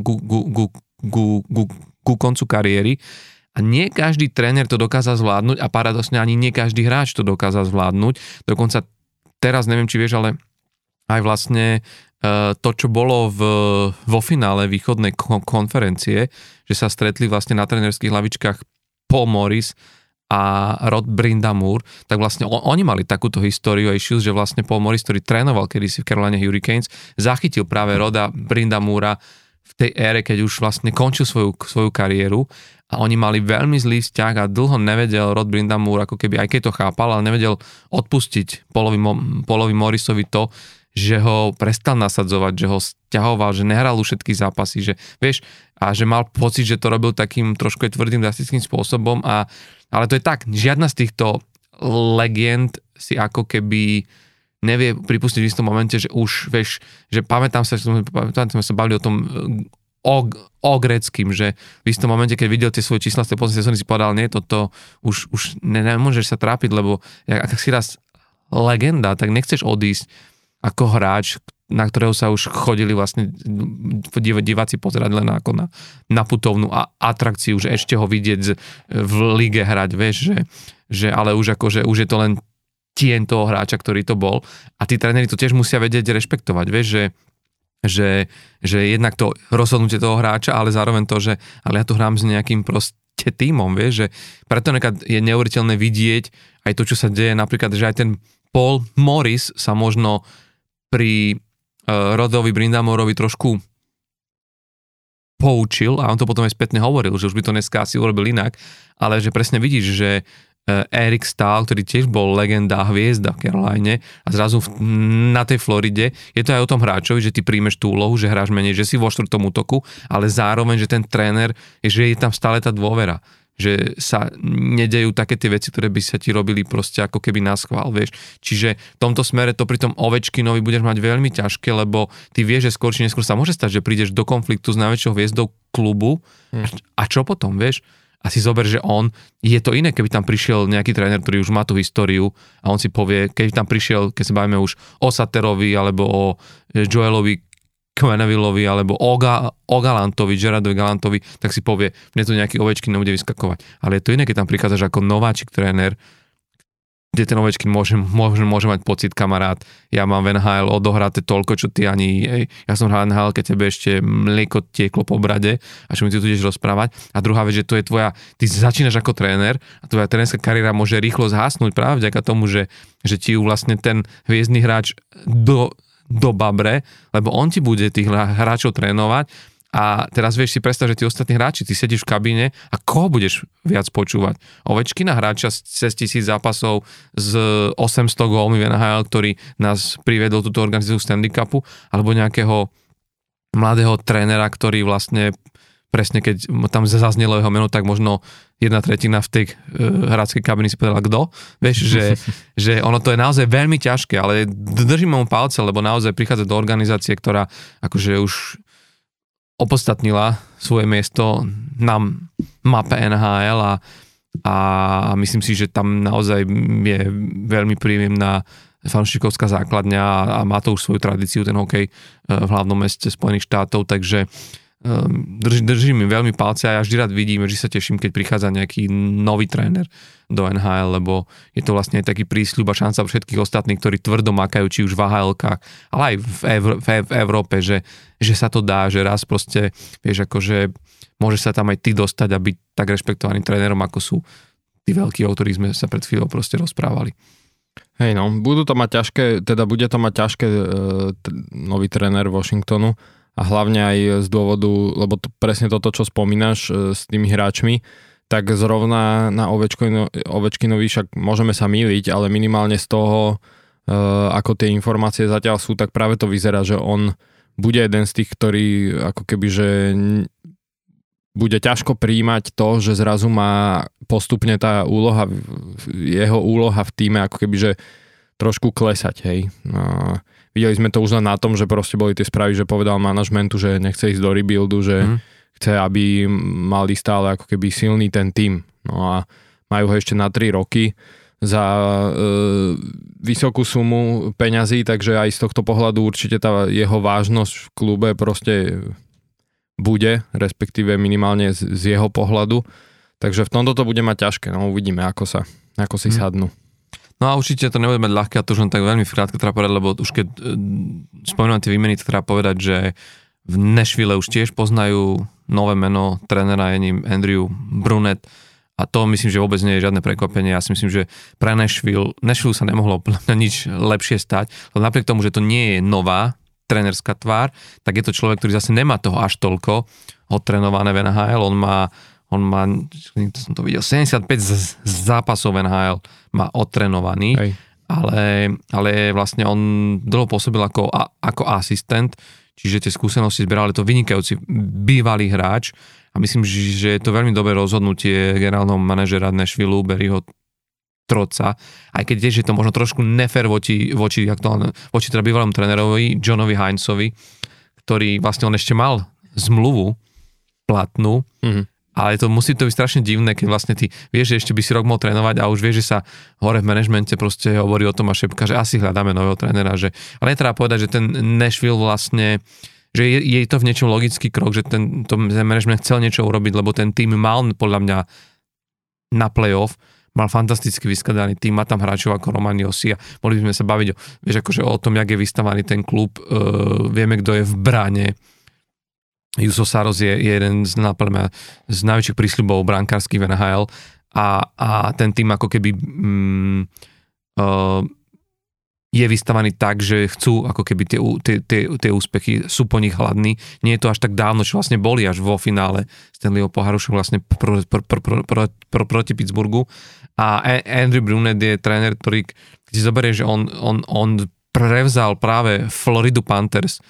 ku koncu kariéry. A nie každý tréner to dokázal zvládnuť a paradoxne ani nie každý hráč to dokázal zvládnuť. Dokonca teraz neviem, či vieš, ale aj vlastne to, čo bolo vo finále východnej konferencie, že sa stretli vlastne na trénerských hlavičkách Paul Maurice a Rod Brind'Amour, tak vlastne oni mali takúto históriu issues, že vlastne Paul Maurice, ktorý trénoval kedysi v Carolina Hurricanes, zachytil práve Roda Brind'Amoura v tej ére, keď už vlastne končil svoju kariéru a oni mali veľmi zlý vzťah a dlho nevedel Rod Brind'Amour, ako keby, aj keď to chápal, ale nevedel odpustiť Paulovi Mauriceovi to, že ho prestal nasadzovať, že ho sťahoval, že nehral už všetky zápasy, že vieš, a že mal pocit, že to robil takým trošku tvrdým, drastickým spôsobom, ale to je tak, žiadna z týchto legend si ako keby nevie pripustiť v istom momente, že už, vieš, že pamätám sa, bavili o tom o Greckým, že v istom momente, keď videl tie svoje čísla z tej poslednej sezóny, si povedal, nie, toto už nemôžeš sa trápiť, lebo ak si raz legenda, tak nechceš odísť ako hráč, na ktorého sa už chodili vlastne diváci pozerať len ako na putovnú atrakciu, že ešte ho vidieť v lige hrať, vieš, že ale už akože už je to len tieň toho hráča, ktorý to bol a tí tréneri to tiež musia vedieť rešpektovať, vieš, že jednak to rozhodnutie toho hráča, ale zároveň to, že ale ja tu hrám s nejakým proste tímom, vieš, že preto je neuveriteľné vidieť aj to, čo sa deje, napríklad, že aj ten Paul Maurice sa možno pri Rodovi Brind'Amourovi trošku poučil a on to potom aj spätne hovoril, že už by to dneska asi urobil inak, ale že presne vidíš, že Eric Staal, ktorý tiež bol legenda, hviezda v Caroline a zrazu na tej Floride, je to aj o tom hráčovi, že ty príjmeš tú úlohu, že hráš menej, že si vo štvrtom útoku, ale zároveň, že ten tréner, že je tam stále tá dôvera, že sa nedejú také tie veci, ktoré by sa ti robili proste ako keby na schvál, vieš. Čiže v tomto smere to pri tom Ovečkinovi budeš mať veľmi ťažké, lebo ty vieš, že skôr či neskôr sa môže stať, že prídeš do konfliktu s najväčšou hviezdou klubu a čo potom, vieš? A si zober, že je to iné, keby tam prišiel nejaký tréner, ktorý už má tú históriu a on si povie, keď tam prišiel, keď sa bavíme už o Saterovi alebo o Joelovi Quennevillovi alebo o Galantovi, Gerardovi Galantovi, tak si povie, mne tu nejaký Ovečkin nebude vyskakovať. Ale je to iné, keď tam prichádzaš ako nováčik tréner, kde ten Ovečkin môže mať pocit, kamarát, ja mám v NHL odohraté toľko, čo ty ani, ja som hral NHL, keď tebe ešte mlieko tieklo po brade a čo mi ty tu ideš rozprávať. A druhá vec, že to je ty začínaš ako tréner a tvoja trénerská kariéra môže rýchlo zhasnúť práve vďaka tomu, že ti ju vlastne ten hviezdny hráč do babre, lebo on ti bude tých hráčov trénovať. A teraz vieš si predstav, že tí ostatní hráči, ty sedíš v kabíne a koho budeš viac počúvať? Ovečkina, hráča cez 1000 zápasov s 800 gólmi v NHL, ktorý nás priviedol túto organizáciu Stanley Cupu, alebo nejakého mladého trénera, ktorý vlastne presne keď tam zaznelo jeho meno, tak možno 1/3 v tej hráčskej kabiny si povedala, kto? Vieš, že ono to je naozaj veľmi ťažké, ale držím mu palce, lebo naozaj prichádza do organizácie, ktorá akože už opodstatnila svoje miesto na mape NHL a myslím si, že tam naozaj je veľmi príjemná fanúšikovská základňa a má to už svoju tradíciu, ten hokej v hlavnom meste Spojených štátov, takže držím im veľmi palce a ja vždy rád vidím, že sa teším, keď prichádza nejaký nový tréner do NHL, lebo je to vlastne taký prísľub a šanca všetkých ostatných, ktorí tvrdo makajú, či už v AHL-kách, ale aj v Európe, že sa to dá, že raz proste, vieš, akože môže sa tam aj ty dostať a byť tak rešpektovaným trénerom, ako sú tí veľkí, o ktorých sme sa pred chvíľou proste rozprávali. Hej no, bude to mať ťažké nový tréner Washingtonu, a hlavne aj z dôvodu, lebo presne toto, čo spomínaš s tými hráčmi, tak zrovna na Ovečkinovi však môžeme sa mýliť, ale minimálne z toho, ako tie informácie zatiaľ sú, tak práve to vyzerá, že on bude jeden z tých, ktorý ako keby, že bude ťažko prijímať to, že zrazu má postupne tá jeho úloha v tíme ako keby, že trošku klesať, hej. Videli sme to už len na tom, že proste boli tie správy, že povedal manažmentu, že nechce ísť do rebuildu, že chce, aby mali stále ako keby silný ten tím. No a majú ho ešte na 3 roky za vysokú sumu peňazí, takže aj z tohto pohľadu určite tá jeho vážnosť v klube proste bude, respektíve minimálne z jeho pohľadu. Takže v tomto to bude mať ťažké, no uvidíme, ako si sadnú. No a určite to nebude mať ľahké, a to už len tak veľmi krátko treba povedať, lebo už keď spomínam tie výmeny, to treba povedať, že v Nashville už tiež poznajú nové meno trénera, je ním Andrew Brunette, a to myslím, že vôbec nie je žiadne prekvapenie. Ja si myslím, že pre Nashville sa nemohlo nič lepšie stať, ale napriek tomu, že to nie je nová trénerská tvár, tak je to človek, ktorý zase nemá toho až toľko odtrénované v NHL. On má, som to videl, 75 zápasov NHL má odtrénovaný, ale vlastne on dlho pôsobil ako asistent, čiže tie skúsenosti zbieral, ale to vynikajúci bývalý hráč a myslím, že je to veľmi dobré rozhodnutie generálneho manažera Nashville, Barryho Trotza, aj keď tiež je to možno trošku nefér voči teda bývalému trénerovi Johnovi Heinzovi, ktorý vlastne on ešte mal zmluvu platnú, ale musí to byť strašne divné, keď vlastne ty vieš, že ešte by si rok mohol trénovať a už vieš, že sa hore v manažmente proste hovorí o tom a šepka, že asi hľadáme nového trénera. Ale je treba povedať, že ten Nashville vlastne, že je to v niečom logický krok, že ten management chcel niečo urobiť, lebo ten tým mal podľa mňa na playoff, mal fantasticky vyskladaný tým, má tam hráčov ako Roman Josi a mohli by sme sa baviť o tom, jak je vystavaný ten klub, vieme, kto je v bráne. Juuso Saros je jeden z najväčších prísľubov brankárskych v NHL a ten tým ako keby je vystavaný tak, že chcú ako keby tie úspechy, sú po nich hladní. Nie je to až tak dávno, čo vlastne boli až vo finále Stanleyho poháru vlastne proti Pittsburghu. A Andrew Brunette je tréner, ktorý, keď si zoberie, že on prevzal práve Floridu Panthers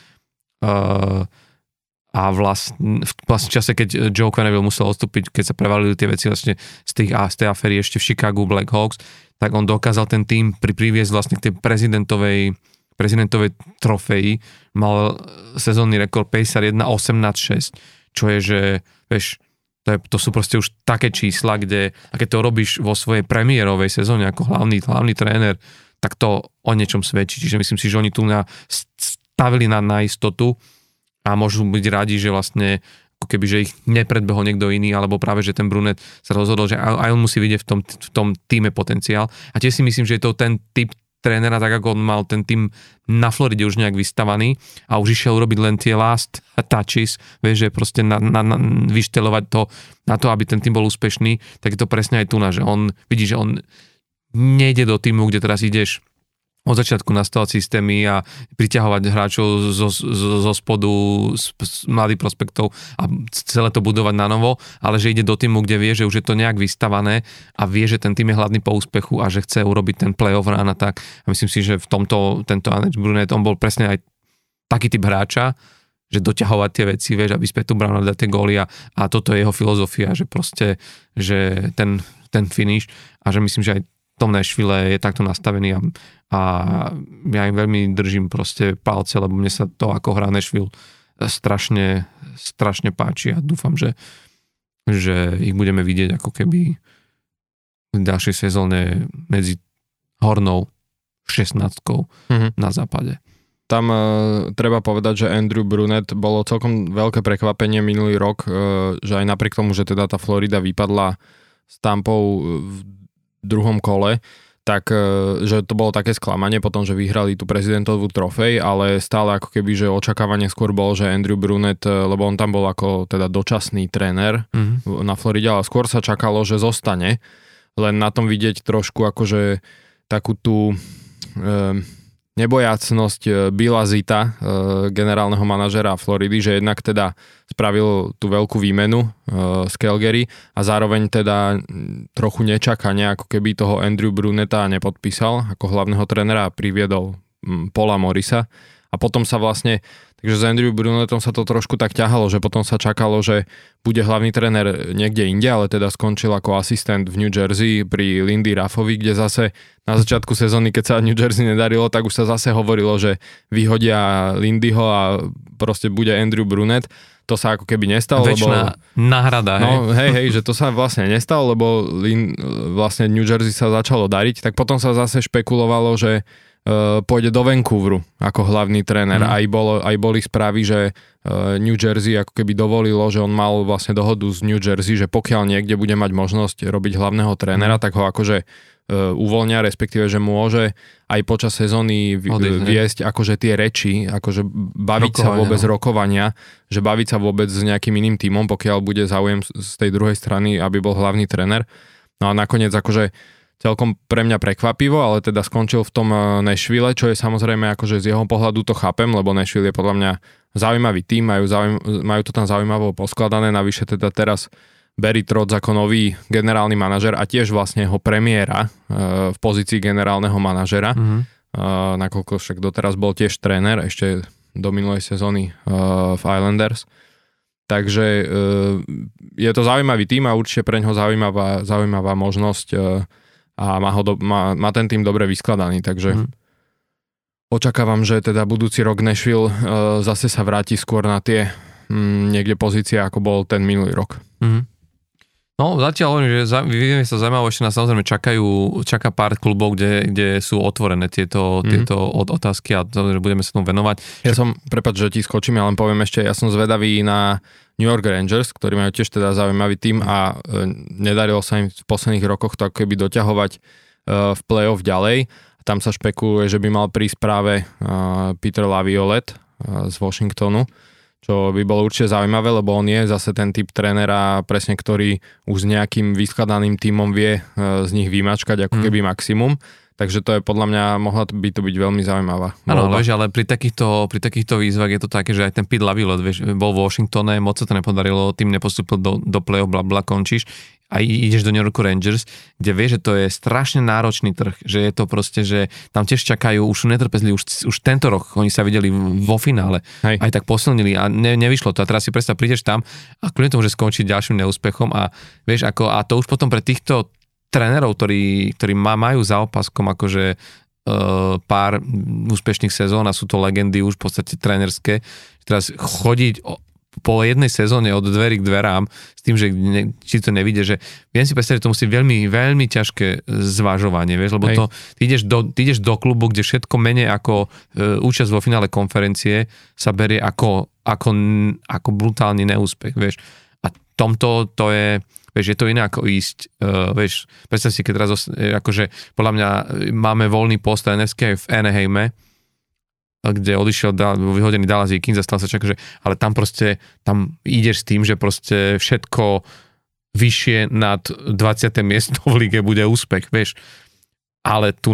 a vlastne v čase, keď Joe Quenneville musel odstúpiť, keď sa prevalili tie veci vlastne z tej aféry ešte v Chicago Blackhawks, tak on dokázal ten tým priviesť vlastne k tej prezidentovej trofeji, mal sezónny rekord 51-18-6, čo je, že vieš, to sú proste už také čísla, kde, a keď to robíš vo svojej premiérovej sezóne ako hlavný tréner, tak to o niečom svedčí. Čiže myslím si, že oni tu stavili na istotu a môžu byť radi, že vlastne ako keby, že ich nepredbehol niekto iný, alebo práve, že ten Brunet sa rozhodol, že aj on musí vidieť v tom týme potenciál. A tiež si myslím, že je to ten typ trénera, tak ako on mal ten tým na Floride už nejak vystavaný a už išiel urobiť len tie last touches, vieš, že proste vyštelovať to na to, aby ten tým bol úspešný, tak je to presne aj tu na, že on vidí, že on nejde do týmu, kde teraz ideš od začiatku nastavovať systémy a priťahovať hráčov zo spodu, z mladých prospektov a celé to budovať na novo, ale že ide do týmu, kde vie, že už je to nejak vystavané a vie, že ten tým je hladný po úspechu a že chce urobiť ten playoff run a tak. A myslím si, že v tomto tento Alex Brunet, on bol presne aj taký typ hráča, že doťahovať tie veci, vieš, aby späť tu Brown dať tie góly a toto je jeho filozofia, že proste, že ten finish a že myslím, že aj tom Nashville je takto nastavený a ja im veľmi držím proste palce, lebo mne sa to, ako hrá Nashville, strašne páči a dúfam, že ich budeme vidieť ako keby v ďalšej sezóne medzi hornou 16-kou na západe. Tam treba povedať, že Andrew Brunet bolo celkom veľké prekvapenie minulý rok, že aj napriek tomu, že teda tá Florida vypadla s Tampou v druhom kole, tak že to bolo také sklamanie potom, že vyhrali tú prezidentovú trofej, ale stále ako keby, že očakávanie skôr bolo, že Andrew Brunet, lebo on tam bol ako teda dočasný tréner na Floride, ale skôr sa čakalo, že zostane, len na tom vidieť trošku akože takú tú nebojácnosť Billa Zita, generálneho manažera Floridy, že jednak teda spravil tú veľkú výmenu z Calgary a zároveň teda trochu nečakane, ako keby toho Andrew Bruneta nepodpísal ako hlavného trénera a priviedol Paula Morrisa. A potom sa vlastne, takže s Andrew Brunetom sa to trošku tak ťahalo, že potom sa čakalo, že bude hlavný tréner niekde inde, ale teda skončil ako asistent v New Jersey pri Lindy Ruffovi, kde zase na začiatku sezóny, keď sa New Jersey nedarilo, tak už sa zase hovorilo, že vyhodia Lindyho a proste bude Andrew Brunet. To sa ako keby nestalo. Večná náhrada. No hej, že to sa vlastne nestalo, lebo vlastne New Jersey sa začalo dariť, tak potom sa zase špekulovalo, že pôjde do Vancouveru ako hlavný tréner. Aj boli správy, že New Jersey ako keby dovolilo, že on mal vlastne dohodu z New Jersey, že pokiaľ niekde bude mať možnosť robiť hlavného trénera, tak ho akože uvoľnia, respektíve, že môže aj počas sezóny viesť akože tie reči, akože baviť sa vôbec rokovania, že baviť sa vôbec s nejakým iným tímom, pokiaľ bude záujem z tej druhej strany, aby bol hlavný tréner. No a nakoniec akože celkom pre mňa prekvapivo, ale teda skončil v tom Nashville, čo je samozrejme akože z jeho pohľadu to chápem, lebo Nashville je podľa mňa zaujímavý tím, majú to tam zaujímavo poskladané, navyše teda teraz Barry Trotz ako nový generálny manažer a tiež vlastne jeho premiéra v pozícii generálneho manažera, nakoľko však doteraz bol tiež tréner ešte do minulej sezóny v Islanders. Takže je to zaujímavý tím a určite pre ňoho zaujímavá možnosť a má ten tým dobre vyskladaný, takže očakávam, že teda budúci rok Nashville zase sa vráti skôr na tie niekde pozície, ako bol ten minulý rok. No zatiaľ hovorím, že vyvieme sa zaujímavé, ešte nás samozrejme čaká pár klubov, kde sú otvorené tieto otázky a že budeme sa tomu venovať. Prepáč, že ti skočím, ja len poviem ešte, ja som zvedavý na New York Rangers, ktorí majú tiež teda zaujímavý tím a nedarilo sa im v posledných rokoch to ako keby doťahovať v play-off ďalej. Tam sa špekuluje, že by mal prísť práve Peter Laviolette z Washingtonu, čo by bolo určite zaujímavé, lebo on je zase ten typ trénera, presne ktorý už s nejakým vyskladaným tímom vie z nich vymačkať ako keby maximum. Takže to je podľa mňa, mohla by to byť veľmi zaujímavá. Áno, ale pri takýchto výzvach je to také, že aj ten Pete Laviolette, bol v Washingtone, moc sa to nepodarilo, tým nepostúpil do play-off, bla, končíš a ideš do New York Rangers, kde vieš, že to je strašne náročný trh, že je to proste, že tam tiež čakajú, už sú netrpezliví, už tento rok oni sa videli vo finále, aj tak posilnili a nevyšlo to a teraz si predstav, prídeš tam a kľudne to môže skončiť ďalším neúspechom a vieš, ako, a to už potom pre týchto trénerov, ktorí majú za opaskom akože pár úspešných sezón a sú to legendy už v podstate trénerské. Teraz chodiť po jednej sezóne od dverí k dverám s tým, že či to nevidie, že viem si predstaviť, že to musí veľmi, veľmi ťažké zvažovanie, vieš, lebo ty ideš do klubu, kde všetko menej ako účasť vo finále konferencie sa berie ako ako brutálny neúspech, vieš. A tomto to je, vieš, je to iné ako ísť, vieš, predstav si, keď teraz, akože, podľa mňa máme voľný post trénerský aj v Anaheime, kde odišiel vyhodený Dallas Eakins a stal sa čak, že, ale tam proste, tam ideš s tým, že proste všetko vyššie nad 20. miesto v lige bude úspech, vieš. Ale tu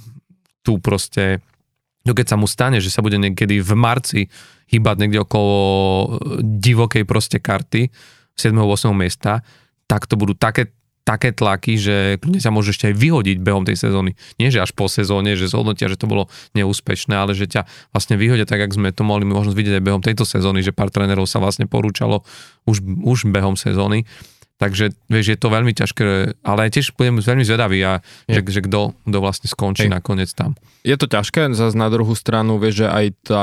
proste, keď sa mu stane, že sa bude niekedy v marci hýbať niekde okolo divokej proste karty 7. 8. miesta, tak to budú také tlaky, že kľudne sa môže ešte aj vyhodiť behom tej sezóny. Nie, že až po sezóne, že zhodnotia, že to bolo neúspešné, ale že ťa vlastne vyhodia tak, jak sme to mohli možnosť vidieť aj behom tejto sezóny, že pár trénerov sa vlastne porúčalo už behom sezóny. Takže, vieš, je to veľmi ťažké, ale aj tiež budem veľmi zvedavý, že kto vlastne skončí nakoniec tam. Je to ťažké, zase na druhú stranu, vieš, že aj tá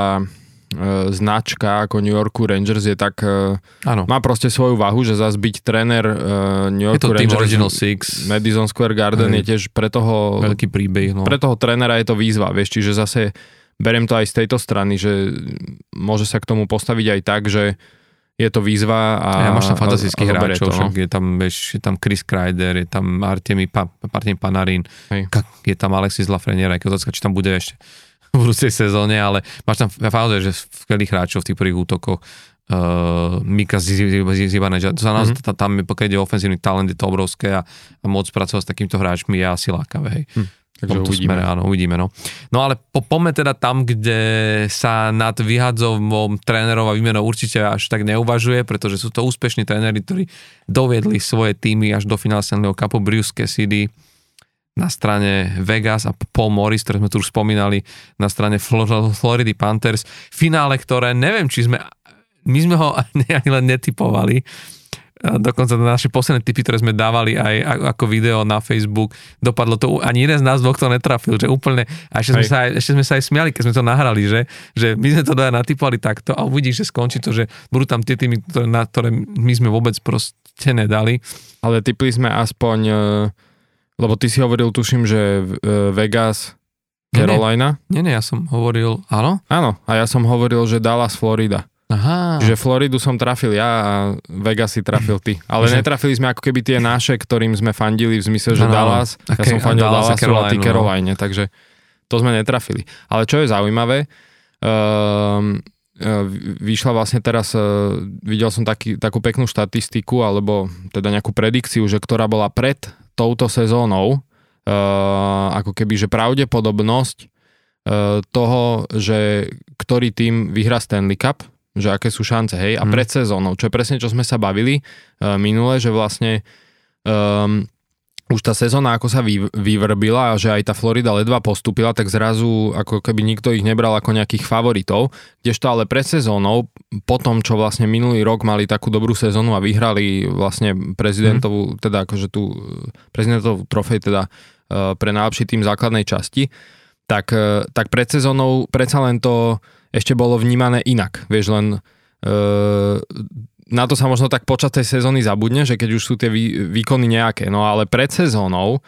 značka ako New Yorku Rangers je tak, má proste svoju váhu, že zase byť tréner New Yorku Rangers Madison Square Garden je tiež pre toho veľký príbeh. No. Pre toho trénera je to výzva, vieš, čiže zase beriem to aj z tejto strany, že môže sa k tomu postaviť aj tak, že je to výzva a máš tam fantastických hráčov, však je tam Chris Kreider, je tam Artemi Panarin, je tam Alexis Lafreniere, či tam bude ešte v budúcej sezóne, ale máš tam naozaj, že skvelých hráčov v tých prvých útokoch, Mika Zibanejad, tam pokiaľ ide ofenzívny talent, je to obrovské a môcť pracovať s takýmto hráčmi je asi lákavé, hej. Takže uvidíme. Smere, áno, uvidíme, no. No ale poďme teda tam, kde sa nad vyhadzovom trénerov a výmenou určite až tak neuvažuje, pretože sú to úspešní tréneri, ktorí doviedli svoje týmy až do finále Stanleyho Cupu. Bruce Cassidy na strane Vegas a Paul Maurice, ktoré sme tu už spomínali, na strane Florida Panthers. Finále, ktoré neviem, či my sme ho ani len netipovali. Dokonca naše posledné tipy, ktoré sme dávali aj ako video na Facebook, dopadlo to, ani jeden z nás dvoch to netrafil, že úplne, a ešte sme sa aj smiali, keď sme to nahrali, že my sme to natipovali takto a uvidíš, že skončí to, že budú tam tie týmy, na ktoré my sme vôbec proste nedali. Ale tipli sme aspoň, lebo ty si hovoril, tuším, že Vegas, Carolina. Nie, ja som hovoril, áno? Áno, a ja som hovoril, že Dallas, Florida. Aha. Čiže Floridu som trafil ja a Vegas si trafil ty. Ale netrafili sme ako keby tie naše, ktorým sme fandili v zmysle, že Dallas. Ja som fandil Dallasu a ty Caroline, takže to sme netrafili. Ale čo je zaujímavé, vyšla vlastne teraz, videl som takú peknú štatistiku, alebo teda nejakú predikciu, že ktorá bola pred touto sezónou, ako keby, že pravdepodobnosť toho, že ktorý tým vyhrá Stanley Cup, že aké sú šance, hej, a pred sezónou, čo je presne, čo sme sa bavili minule, že vlastne už tá sezóna ako sa vyvrbila a že aj tá Florida ledva postúpila, tak zrazu ako keby nikto ich nebral ako nejakých favoritov, kdežto ale pred sezónou, po tom, čo vlastne minulý rok mali takú dobrú sezónu a vyhrali vlastne prezidentovú, teda akože tú prezidentovú trofej teda pre najlepší tým základnej časti, tak pred sezónou predsa len to ešte bolo vnímané inak. Vieš, len na to sa možno tak počas tej sezóny zabudne, že keď už sú tie výkony nejaké. No ale pred sezónou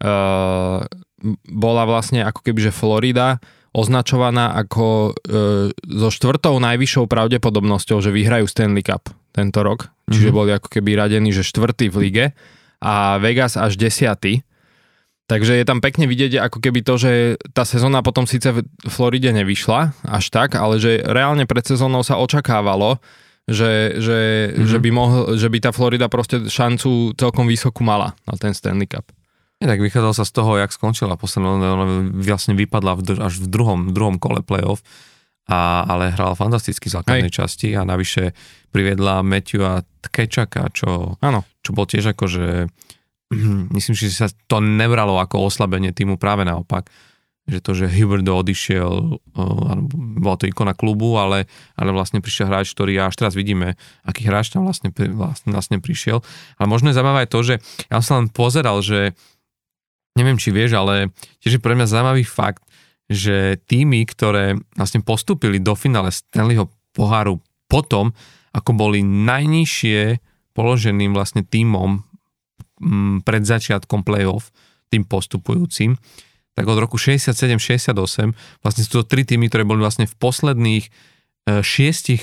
bola vlastne ako keby, že Florida označovaná ako so 4. najvyššou pravdepodobnosťou, že vyhrajú Stanley Cup tento rok. Čiže boli ako keby radení, že 4. v lige a Vegas až 10. Takže je tam pekne vidieť ako keby to, že tá sezóna potom síce v Floride nevyšla až tak, ale že reálne pred sezónou sa očakávalo, že by tá Florida proste šancu celkom vysokú mala na ten Stanley Cup. Tak vychádzalo sa z toho, jak skončila posledná, ona vlastne vypadla až v druhom kole playoff, ale hrala fantasticky v základnej časti a navyše priviedla Matthewa Tkečaka, čo bol tiež akože myslím, že sa to nebralo ako oslabenie týmu, práve naopak. Že to, že Huberdeau odišiel, bola to ikona klubu, ale vlastne prišiel hráč, ktorý až teraz vidíme, aký hráč tam vlastne prišiel. Ale možno je zaujímavé to, že ja som len pozeral, že neviem, či vieš, ale tiež je pre mňa zaujímavý fakt, že týmy, ktoré vlastne postúpili do finále Stanleyho poháru potom, ako boli najnižšie položeným vlastne týmom pred začiatkom play-off, tým postupujúcim, tak od roku 67-68 vlastne sú to 3 týmy, ktoré boli vlastne v posledných 6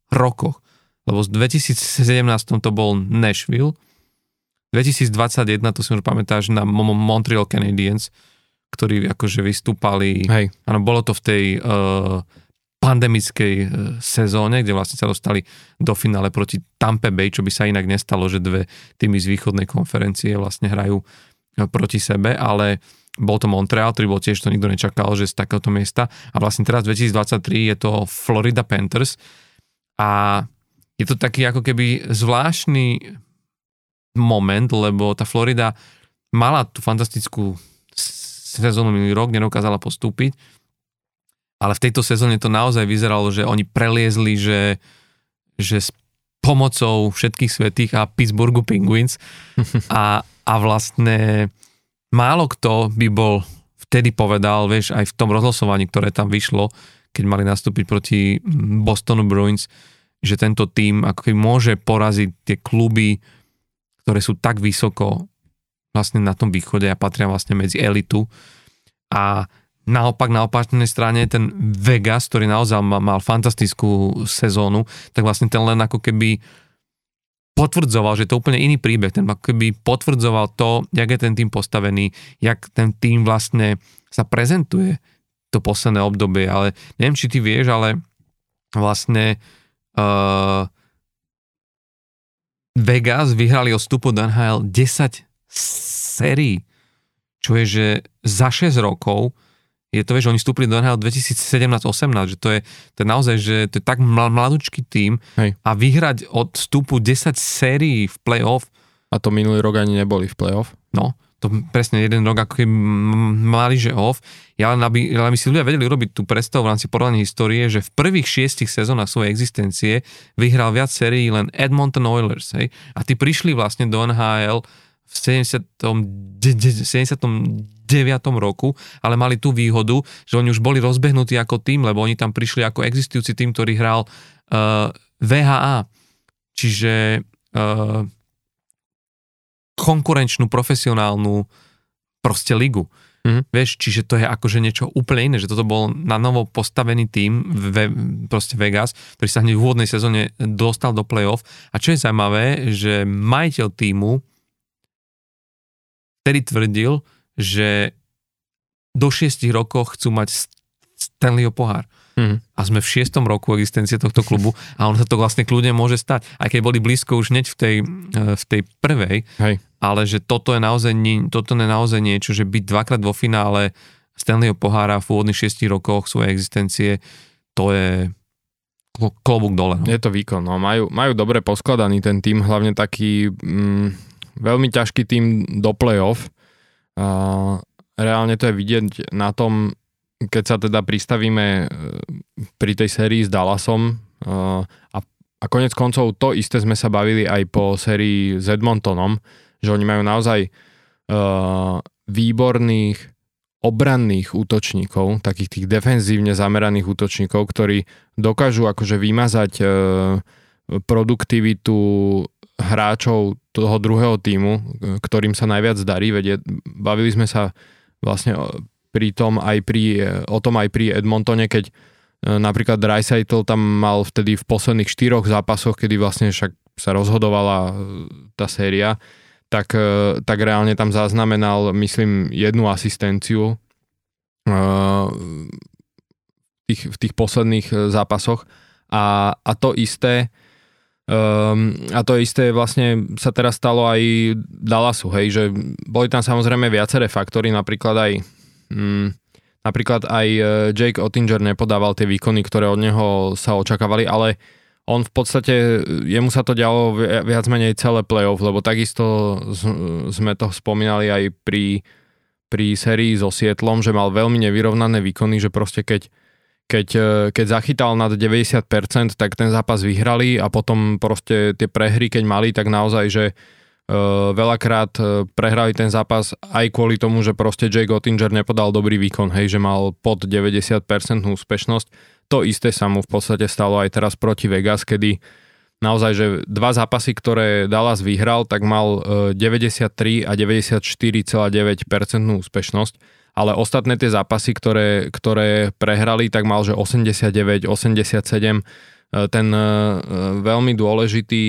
rokoch. Lebo v 2017 to bol Nashville, 2021, to si možno pamätáš, na Montreal Canadiens, ktorí akože vystúpali. Hej. Áno, bolo to v tej pandemickej sezóne, kde vlastne sa dostali do finále proti Tampa Bay, čo by sa inak nestalo, že dve týmy z východnej konferencie vlastne hrajú proti sebe, ale bol to Montreal, ktorý bol tiež, to nikto nečakal, že z takéhoto miesta. A vlastne teraz 2023 je to Florida Panthers a je to taký ako keby zvláštny moment, lebo tá Florida mala tú fantastickú sezónu minulý rok, nedokázala postúpiť, ale v tejto sezóne to naozaj vyzeralo, že oni preliezli, že s pomocou všetkých svätých a Pittsburghu Penguins a vlastne málo kto by bol vtedy povedal, vieš, aj v tom rozlosovaní, ktoré tam vyšlo, keď mali nastúpiť proti Bostonu Bruins, že tento tím ako keby môže poraziť tie kluby, ktoré sú tak vysoko vlastne na tom východe a patria vlastne medzi elitu. A naopak na opačnej strane ten Vegas, ktorý naozaj mal fantastickú sezónu, tak vlastne ten len ako keby potvrdzoval, že to je úplne iný príbeh. Ten ako keby potvrdzoval to, jak je ten tým postavený, jak ten tým vlastne sa prezentuje to posledné obdobie. Ale neviem, či ty vieš, ale vlastne Vegas vyhrali o vstupu do NHL 10 sérií, čo je, že za 6 rokov je to, vieš, oni vstúpili do NHL 2017-18, že to je naozaj, že to je tak mladúčky tím. Hej. A vyhrať od vstupu 10 sérií v play-off. A to minulý rok ani neboli v play-off. No, to presne jeden rok ako keby mali, že off. Ale si ľudia vedeli urobiť tú predstavu v rámci porovnaní histórie, že v prvých 6 sezónach svojej existencie vyhral viac sérií len Edmonton Oilers. Hej? A tí prišli vlastne do NHL v 79. roku, ale mali tú výhodu, že oni už boli rozbehnutí ako tým, lebo oni tam prišli ako existujúci tým, ktorý hral VHA, čiže konkurenčnú, profesionálnu proste ligu. Vieš, čiže to je akože niečo úplne iné, že toto bol na novo postavený tým, proste Vegas, ktorý sa hneď v úvodnej sezóne dostal do play-off. A čo je zaujímavé, že majiteľ týmu vtedy tvrdil, že do 6 rokov chcú mať Stanleyho pohár. A sme v 6. roku existencie tohto klubu a on sa to vlastne kľudne môže stať. Aj keď boli blízko už hneď v tej prvej, hej, ale že toto je naozaj niečo, že byť dvakrát vo finále Stanleyho pohára v úvodných 6 rokoch svojej existencie, to je klobúk dole. No. Je to výkon. No. Majú dobre poskladaný ten tým, hlavne taký veľmi ťažký tým do play-off. Reálne to je vidieť na tom, keď sa teda pristavíme pri tej sérii s Dallasom a konec koncov to isté sme sa bavili aj po sérii s Edmontonom, že oni majú naozaj výborných obranných útočníkov, takých tých defenzívne zameraných útočníkov, ktorí dokážu akože vymazať produktivitu hráčov toho druhého tímu, ktorým sa najviac darí. Bavili sme sa vlastne o tom aj pri Edmontone, keď napríklad Draisaitl tam mal vtedy v posledných 4 zápasoch, kedy vlastne však sa rozhodovala tá séria, tak reálne tam zaznamenal, myslím, 1 asistenciu v tých posledných zápasoch a to isté vlastne sa teraz stalo aj Dallasu, hej, že boli tam samozrejme viaceré faktory, napríklad aj Jake Oettinger nepodával tie výkony, ktoré od neho sa očakávali, ale on v podstate, jemu sa to dialo viac menej celé playoff, lebo takisto sme to spomínali aj pri sérii so Seattlom, že mal veľmi nevyrovnané výkony, že proste keď zachytal nad 90%, tak ten zápas vyhrali a potom proste tie prehry, keď mali, tak naozaj, že veľakrát prehrali ten zápas aj kvôli tomu, že proste Jake Oettinger nepodal dobrý výkon, hej, že mal pod 90% úspešnosť. To isté sa mu v podstate stalo aj teraz proti Vegas, kedy naozaj, že 2 zápasy, ktoré Dallas vyhral, tak mal 93 a 94,9% úspešnosť, ale ostatné tie zápasy, ktoré prehrali, tak mal, že 89, 87, ten veľmi dôležitý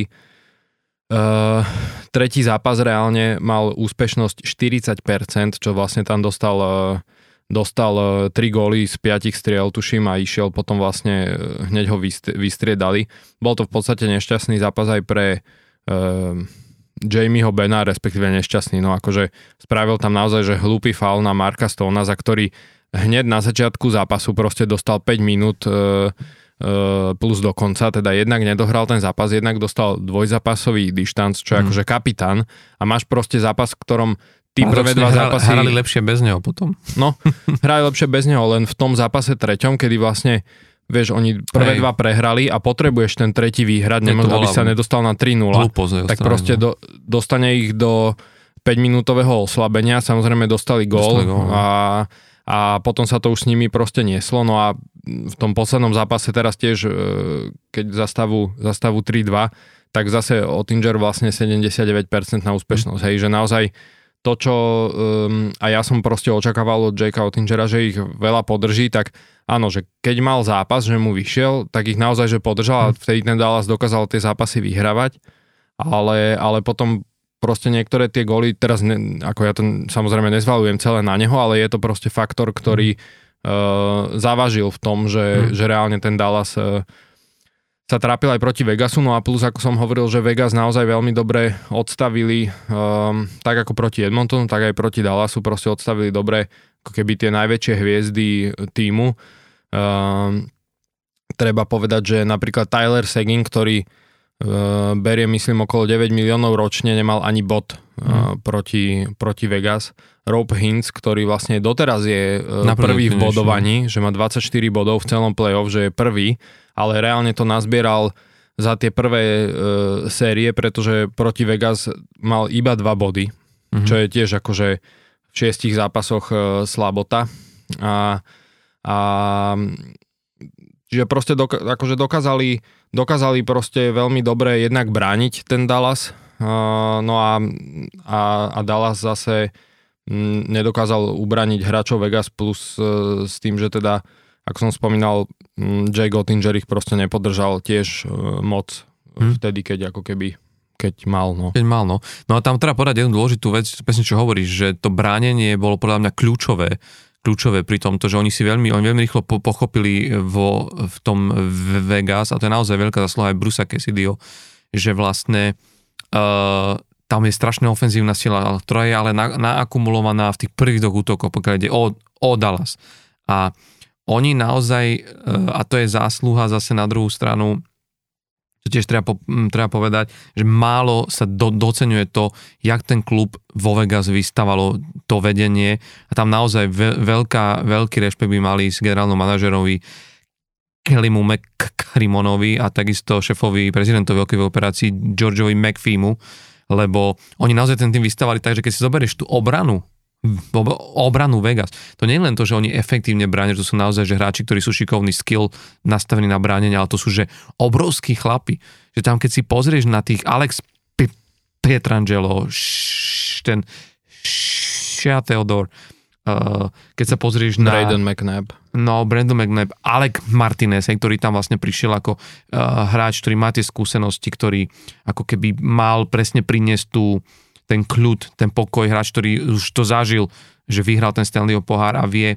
tretí zápas reálne mal úspešnosť 40%, čo vlastne tam dostal 3 góly z 5 striel, tuším, a išiel potom vlastne, hneď ho vystriedali. Bol to v podstate nešťastný zápas aj pre Jamieho Bena, respektíve nešťastný, no akože spravil tam naozaj, že hlúpy faul na Marka Stona, za ktorý hneď na začiatku zápasu proste dostal 5 minút plus do konca, teda jednak nedohral ten zápas, jednak dostal dvojzápasový dištanc, čo je akože kapitán, a máš proste zápas, v ktorom tí prvé dva zápasy... Hrali lepšie bez neho potom. No, hrali lepšie bez neho, len v tom zápase treťom, kedy vlastne, vieš, oni prvé dva prehrali a potrebuješ ten tretí výhrať, aby sa nedostal na 3-0, tak proste dostane ich do 5-minútového oslabenia, samozrejme dostali gól a potom sa to už s nimi proste nieslo, no a v tom poslednom zápase teraz tiež, keď zastavu 3-2, tak zase Oettinger vlastne 79% na úspešnosť, hej, že naozaj to, čo a ja som proste očakával od Jakea Oettingera, že ich veľa podrží, tak áno, že keď mal zápas, že mu vyšiel, tak ich naozaj, že podržal a vtedy ten Dallas dokázal tie zápasy vyhrávať, ale potom proste niektoré tie góly, teraz ako ja to samozrejme nezvalujem celé na neho, ale je to proste faktor, ktorý závažil v tom, že reálne ten Dallas sa trápil aj proti Vegasu, no a plus, ako som hovoril, že Vegas naozaj veľmi dobre odstavili, tak ako proti Edmontonu, tak aj proti Dallasu, proste odstavili dobre ako keby tie najväčšie hviezdy tímu. Treba povedať, že napríklad Tyler Seguin, ktorý berie, myslím, okolo 9 miliónov ročne, nemal ani bod proti Vegas. Rope Hintz, ktorý vlastne doteraz je prvý v bodovaní, že má 24 bodov v celom play-off, že je prvý, ale reálne to nazbieral za tie prvé série, pretože proti Vegas mal iba 2 body, čo je tiež akože v 6 zápasoch slabota. A čiže proste akože dokázali proste veľmi dobre jednak brániť ten Dallas, no a Dallas zase nedokázal ubraniť hráčov Vegas, plus s tým, že teda, ako som spomínal, Jake Oettinger ich proste nepodržal tiež moc vtedy, keď mal, no. Keď mal, no. No a tam treba povedať jednu dôležitú vec, presne čo hovoríš, že to bránenie bolo podľa mňa kľúčové pri tomto, že oni veľmi rýchlo pochopili v tom Vegas, a to je naozaj veľká zasluha aj Brucea Cassidyho, že vlastne tam je strašná ofenzívna sila, ktorá je ale naakumulovaná v tých prvých útokoch, pokiaľ ide o Dallas. A oni naozaj, a to je zásluha zase na druhú stranu, to tiež treba povedať, že málo sa doceňuje to, jak ten klub vo Vegas vystavalo to vedenie, a tam naozaj veľký rešpekt by mali s generálnom manažerovi Kellymu McCrimmonovi a takisto šéfovi prezidentovi hokejovej operácii Georgeovi McPheemu, lebo oni naozaj ten tým vystavali tak, že keď si zoberieš tú obranu Vegas, to nie je len to, že oni efektívne bránia, že to sú naozaj že hráči, ktorí sú šikovní, skill nastavení na bránenie, ale to sú že obrovskí chlapi, že tam keď si pozrieš na tých Alex Pietrangelo, ten Shea Theodore, keď sa pozrieš na Brandon McNabb. No, Brandon McNabb, Alec Martinez, ktorý tam vlastne prišiel ako hráč, ktorý má tie skúsenosti, ktorý ako keby mal presne priniesť ten kľud, ten pokoj, hráč, ktorý už to zažil, že vyhral ten Stanleyho pohár a vie,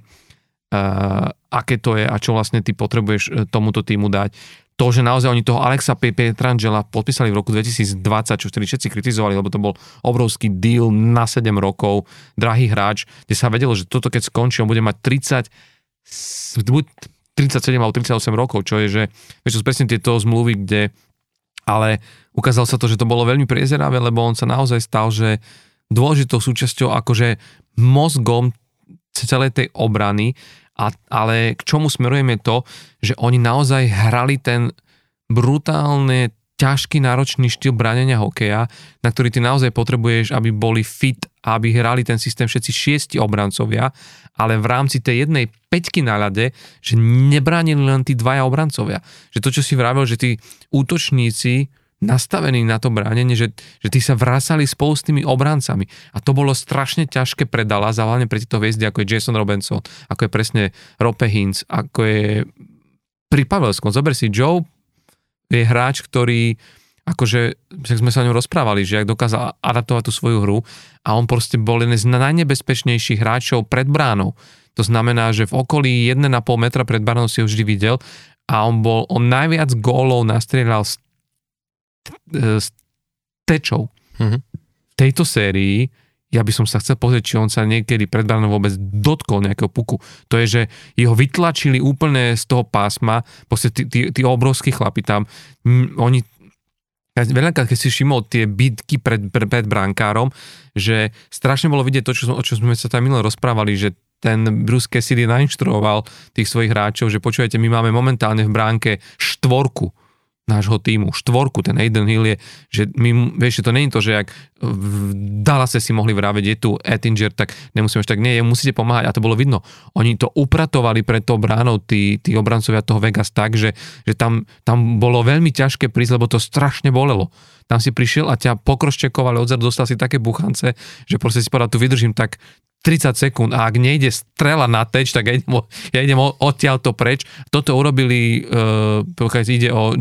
aké to je a čo vlastne ty potrebuješ tomuto týmu dať. To, že naozaj oni toho Alexa Pietrangela podpísali v roku 2020, čo vtedy všetci kritizovali, lebo to bol obrovský deal na 7 rokov, drahý hráč, kde sa vedelo, že toto keď skončí, on bude mať 37 alebo 38 rokov, čo je, že vieš, presne tieto zmluvy, kde ale ukázalo sa to, že to bolo veľmi priezeravé, lebo on sa naozaj stal, že dôležitou súčasťou akože mozgom celej tej obrany, ale k čomu smerujeme to, že oni naozaj hrali ten brutálne, ťažký, náročný štýl bránenia hokeja, na ktorý ty naozaj potrebuješ, aby boli fit, aby hrali ten systém všetci 6 obrancovia, ale v rámci tej jednej 5 na ľade, že nebránili len tí 2 obrancovia. Že to, čo si vravel, že tí útočníci nastavení na to bránenie, že tí sa vrásali spolu s tými obrancami. A to bolo strašne ťažké pre Dallas, hlavne pre tieto hviezdy, ako je Jason Robinson, ako je presne Rope Hintz, ako je pri Pavelskom. Zober si Joe je hráč, ktorý akože, však sme sa o ňom rozprávali, že ak dokázal adaptovať tú svoju hru a on proste bol jeden z najnebezpečnejších hráčov pred bránou. To znamená, že v okolí 1,5 metra pred bránou si ho vždy videl a on najviac gólov nastrieľal s tečou. V tejto sérii ja by som sa chcel pozrieť, či on sa niekedy pred bránou vôbec dotkol nejakého puku. To je, že jeho vytlačili úplne z toho pásma, proste tí obrovskí chlapi tam, oni veľakrát, keď si všimol tie bitky pred brankárom, že strašne bolo vidieť to, o čo sme sa tam minule rozprávali, že ten Bruce Cassidy nainštruoval tých svojich hráčov, že počujete, my máme momentálne v bránke 4 nášho týmu, 4, ten Aiden Hill je, že my, vieš, to nie je to, že ak v Dallase si mohli vraveť, je tu Ettinger, tak nemusíme až tak, nie, musíte pomáhať a to bolo vidno. Oni to upratovali pred tou bránou, tí obrancovia toho Vegas tak, že tam bolo veľmi ťažké prísť, lebo to strašne bolelo. Tam si prišiel a ťa pokroščekovali odzadu, dostal si také buchance, že proste si povedal, tu vydržím tak 30 sekúnd a ak nejde strela na teč, tak ja idem odtiaľto preč. Toto urobili, pokiaľ ide o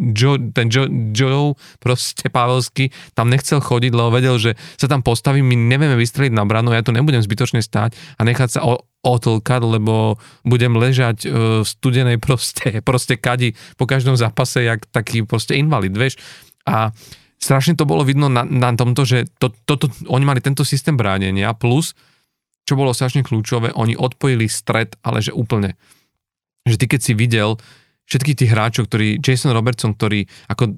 Joe, proste Pavelský, tam nechcel chodiť, lebo vedel, že sa tam postavím, my nevieme vystreliť na branu, ja tu nebudem zbytočne stáť a nechať sa otlkať, lebo budem ležať v studenej proste kadi po každom zápase, jak taký proste invalid, vieš. A strašne to bolo vidno na tomto, že oni mali tento systém bránenia, plus čo bolo strašne kľúčové, oni odpojili stred, ale že úplne. Že ty keď si videl všetkých tých hráčov, Jason Robertson, ktorý ako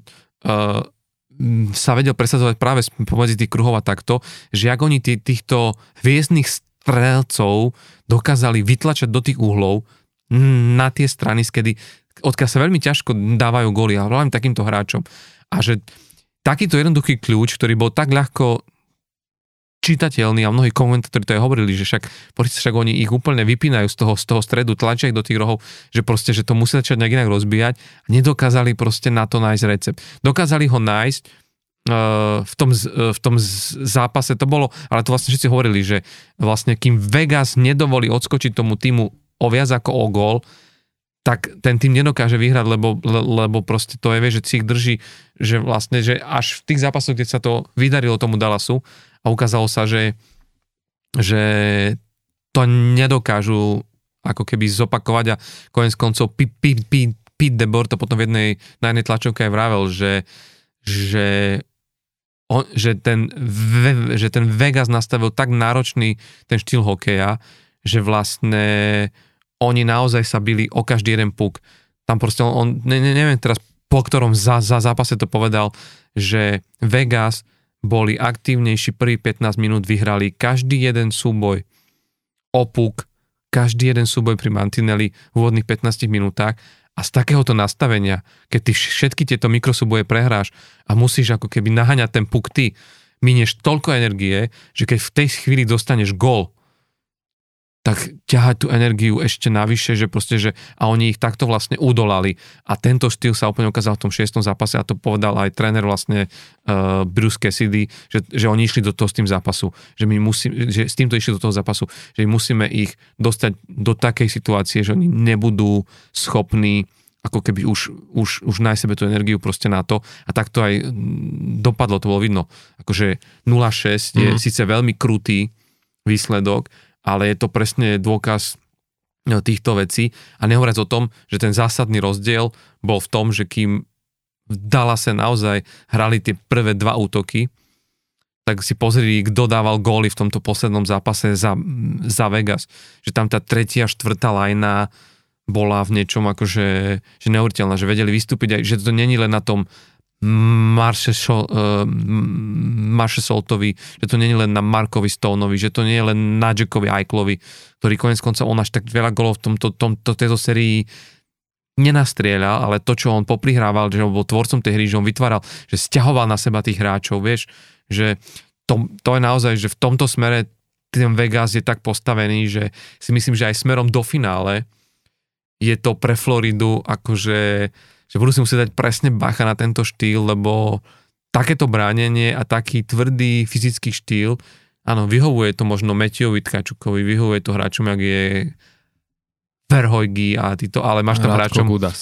sa vedel presadzovať práve pomedzi tých kruhov a takto, že ak oni týchto hviezdnych strelcov dokázali vytlačať do tých uhlov na tie strany, odkiaľ sa veľmi ťažko dávajú góly, ale hlavne takýmto hráčom. A že takýto jednoduchý kľúč, ktorý bol tak ľahko čitateľný a mnohí komentátori to aj hovorili, že však oni ich úplne vypínajú z toho stredu, tlačia ich do tých rohov, že proste, že to musí začať nejak inak rozbíjať a nedokázali proste na to nájsť recept. Dokázali ho nájsť v tom zápase, to bolo, ale to vlastne všetci hovorili, že vlastne kým Vegas nedovolí odskočiť tomu týmu o viac ako o gól, tak ten tým nedokáže vyhrať, lebo proste to je, že si ich drží, že vlastne, že až v tých zápasoch, kde sa to vydarilo tomu Dallasu, a ukázalo sa, že to nedokážu ako keby zopakovať a koniec koncov Pete DeBoer to potom na jednej tlačovke aj vravel, že ten Vegas nastavil tak náročný ten štýl hokeja, že vlastne oni naozaj sa bili o každý jeden puk. Tam proste neviem teraz po ktorom za zápase to povedal, že Vegas boli aktívnejší prvých 15 minút, vyhrali každý jeden súboj o puk, každý jeden súboj pri mantineli v úvodných 15 minútach a z takéhoto nastavenia, keď ty všetky tieto mikrosúboje prehráš a musíš ako keby naháňať ten puk ty, minieš toľko energie, že keď v tej chvíli dostaneš gól, tak ťahať tú energiu ešte navyše, že proste, že a oni ich takto vlastne udolali. A tento štýl sa úplne ukázal v tom 6. zápase a to povedal aj tréner vlastne Bruce Cassidy, že oni išli do toho s tým zápasu, že s týmto išli do toho zápasu, že musíme ich dostať do takej situácie, že oni nebudú schopní ako keby už nájsť sebe tú energiu proste na to a tak to aj dopadlo, to bolo vidno. Akože 0-6 je síce veľmi krutý výsledok, ale je to presne dôkaz týchto vecí a nehovoriac o tom, že ten zásadný rozdiel bol v tom, že kým v Dallase naozaj hrali tie prvé 2 útoky, tak si pozreli, kto dával góly v tomto poslednom zápase za Vegas. Že tam tá 3. a 4. lajna bola v niečom akože že neuveriteľná, že vedeli vystúpiť aj, že to není len na tom Marchesoltovi, že to nie je len na Markovi Stoneovi, že to nie je len na Jackovi Eichlovi, ktorý konec koncov on až tak veľa golov v tejto sérii nenastrieľal, ale to, čo on poprihrával, že on bol tvorcom tej hry, že on vytváral, že sťahoval na seba tých hráčov, vieš, že to je naozaj, že v tomto smere ten Vegas je tak postavený, že si myslím, že aj smerom do finále je to pre Floridu akože že budú si musieť dať presne bacha na tento štýl, lebo takéto bránenie a taký tvrdý fyzický štýl, áno, vyhovuje to možno Matthewovi Tkačukovi, vyhovuje to hráčom, jak je Verhojgi a títo, ale máš tam hráčom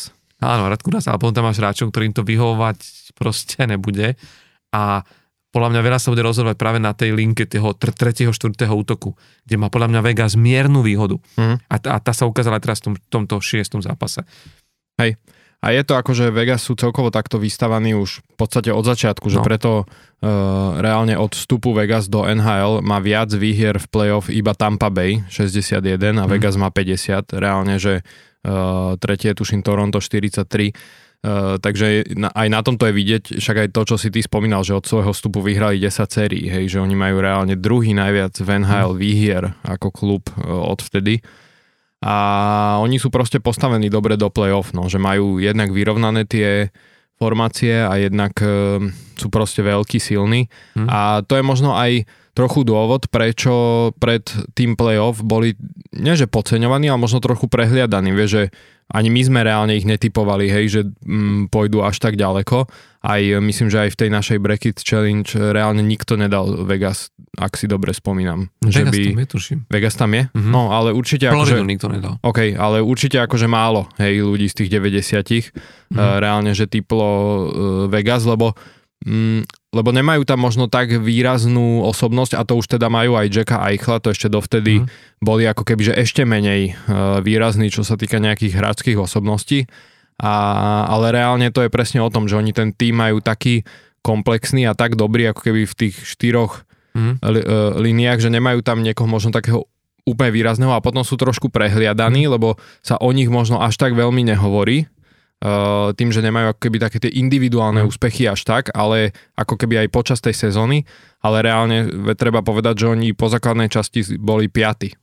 Áno, Radku nás, ale potom tam máš hráčov, ktorým to vyhovovať proste nebude a podľa mňa veľa sa bude rozhodovať práve na tej linke toho 3. 4. útoku, kde má podľa mňa Vegas miernu výhodu. A tá sa ukázala teraz v tomto 6. zápase. Hej. A je to ako, že Vegas sú celkovo takto vystavaní už v podstate od začiatku, že preto reálne od vstupu Vegas do NHL má viac výhier v playoff iba Tampa Bay 61 a Vegas má 50. Reálne, že tretie tuším Toronto 43. Takže aj na tomto je vidieť, však aj to, čo si ty spomínal, že od svojho vstupu vyhrali 10 sérií, hej, že oni majú reálne druhý najviac v NHL výhier ako klub odvtedy. A oni sú proste postavení dobre do play-off, no, že majú jednak vyrovnané tie formácie a jednak sú proste veľkí, silní. A to je možno aj trochu dôvod, prečo pred tým play-off boli, nie že podceňovaní, ale možno trochu prehliadaní, vieš, že ani my sme reálne ich netypovali, hej, že pôjdu až tak ďaleko. Aj myslím, že aj v tej našej Bracket Challenge reálne nikto nedal Vegas, ak si dobre spomínam. Vegas tam je, tuším. Vegas tam je? No, ale určite akože... nikto nedal. OK, ale určite akože málo, hej, ľudí z tých 90 reálne, že typlo Vegas, lebo nemajú tam možno tak výraznú osobnosť a to už teda majú aj Jacka Eichla, to ešte dovtedy boli ako keby, že ešte menej výrazný, čo sa týka nejakých hráčskych osobností, ale reálne to je presne o tom, že oni ten tým majú taký komplexný a tak dobrý ako keby v tých 4 liniách, že nemajú tam niekoho možno takého úplne výrazného a potom sú trošku prehliadaní, lebo sa o nich možno až tak veľmi nehovorí, tým, že nemajú ako keby také tie individuálne úspechy až tak, ale ako keby aj počas tej sezóny, ale reálne treba povedať, že oni po základnej časti boli 5.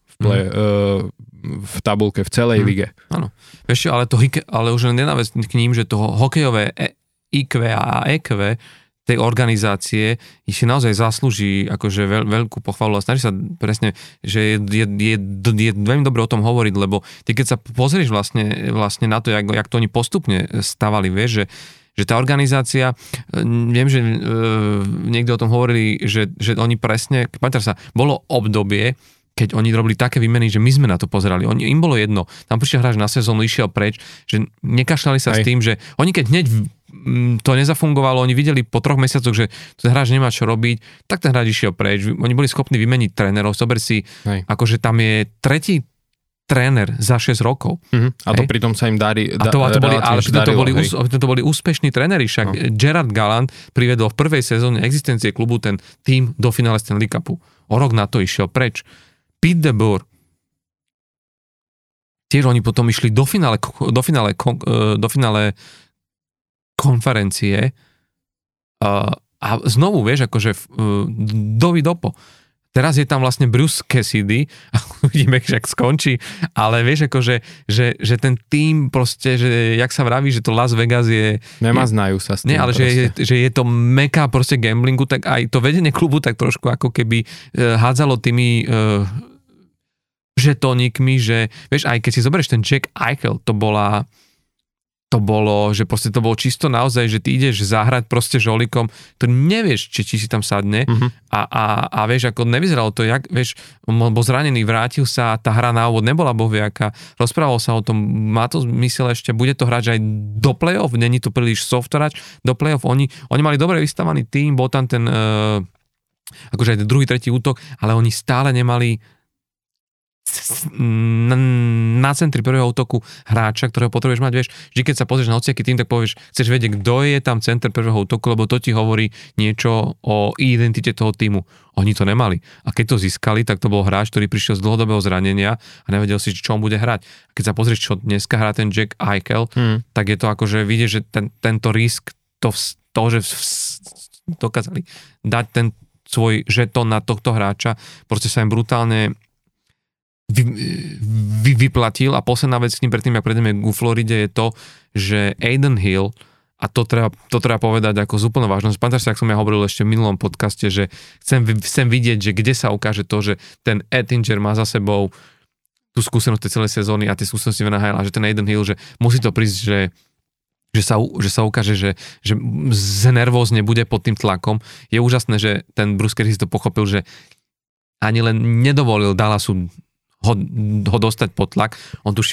v tabulke, v celej lige. Áno. Vieš, ale už len nenávisť k ním, že toho hokejové IQ a EQ tej organizácie si naozaj zaslúži akože veľkú pochvalu a snaží sa presne, že je veľmi dobre o tom hovoriť, lebo ty keď sa pozrieš vlastne na to, jak to oni postupne stavali, vieš, že tá organizácia, viem, že niekto o tom hovorili, že oni presne, pamätáš sa, bolo obdobie, keď oni robili také výmeny, že my sme na to pozerali. Im bolo jedno. Tam prišiel hráč na sezónu, išiel preč, že nekašľali sa s tým, že oni keď hneď to nezafungovalo, oni videli po 3 mesiacoch, že ten hráč nemá čo robiť, tak ten hráč išiel preč. Oni boli schopní vymeniť trénerov. Zober si, akože tam je 3. tréner za 6 rokov. A to pritom sa im darí. To boli úspešní tréneri, však Gerard Gallant privedol v prvej sezóne existencie klubu ten tým do finále Stanley Cupu. O rok na to išiel preč. Pete DeBoer. Tiež oni potom išli do finále konferencie a znovu, vieš, akože dopo. Teraz je tam vlastne Bruce Cassidy a uvidíme, že ak skončí, ale vieš, akože, že ten tým proste, že jak sa vraví, že to Las Vegas je... Nemaznajú sa s tým. Nie, ale že je to meka proste gamblingu, tak aj to vedenie klubu tak trošku ako keby hádzalo tými žetónikmi, že vieš, aj keď si zoberieš ten Jack Eichel, to bolo, že proste to bolo čisto naozaj, že ty ideš zahrať proste žolikom, to nevieš, či si tam sadne a vieš, ako nevyzeralo to, jak, vieš, on bol zranený, vrátil sa, tá hra na úvod nebola bohviaká, rozprával sa o tom, má to zmysel ešte, bude to hráč aj do play-off, není to príliš soft hráč, do play-off, oni mali dobre vystavaný tým, bol tam ten, akože aj ten druhý, tretí útok, ale oni stále nemali na centri prvého útoku hráča, ktorého potrebuješ mať, vieš, že keď sa pozrieš na hociaký tým, tak povieš, chceš vedieť, kto je tam center prvého útoku, lebo to ti hovorí niečo o identite toho týmu. Oni to nemali. A keď to získali, tak to bol hráč, ktorý prišiel z dlhodobého zranenia a nevedel si, čo on bude hrať. A keď sa pozrieš, čo dneska hrá ten Jack Eichel, tak je to akože vidieť, že tento risk, to, že dokázali dať ten svoj žetón na tohto hráča, proste sa im brutálne vyplatil a posledná vec s ním predtým, ak prejdeme ku Floride, je to, že Adin Hill, a to treba povedať ako z úplnou vážnosť, pamätáš sa, ak som ja hovoril ešte v minulom podcaste, že chcem vidieť, že kde sa ukáže to, že ten Ettinger má za sebou tú skúsenosť tej celej sezóny a tie skúsenosti v NHL a že ten Adin Hill, že musí to prísť, že sa ukáže, že nervózne bude pod tým tlakom. Je úžasné, že ten Bruce Cassidy to pochopil, že ani len nedovolil Dallasu ho dostať pod tlak. On tuším,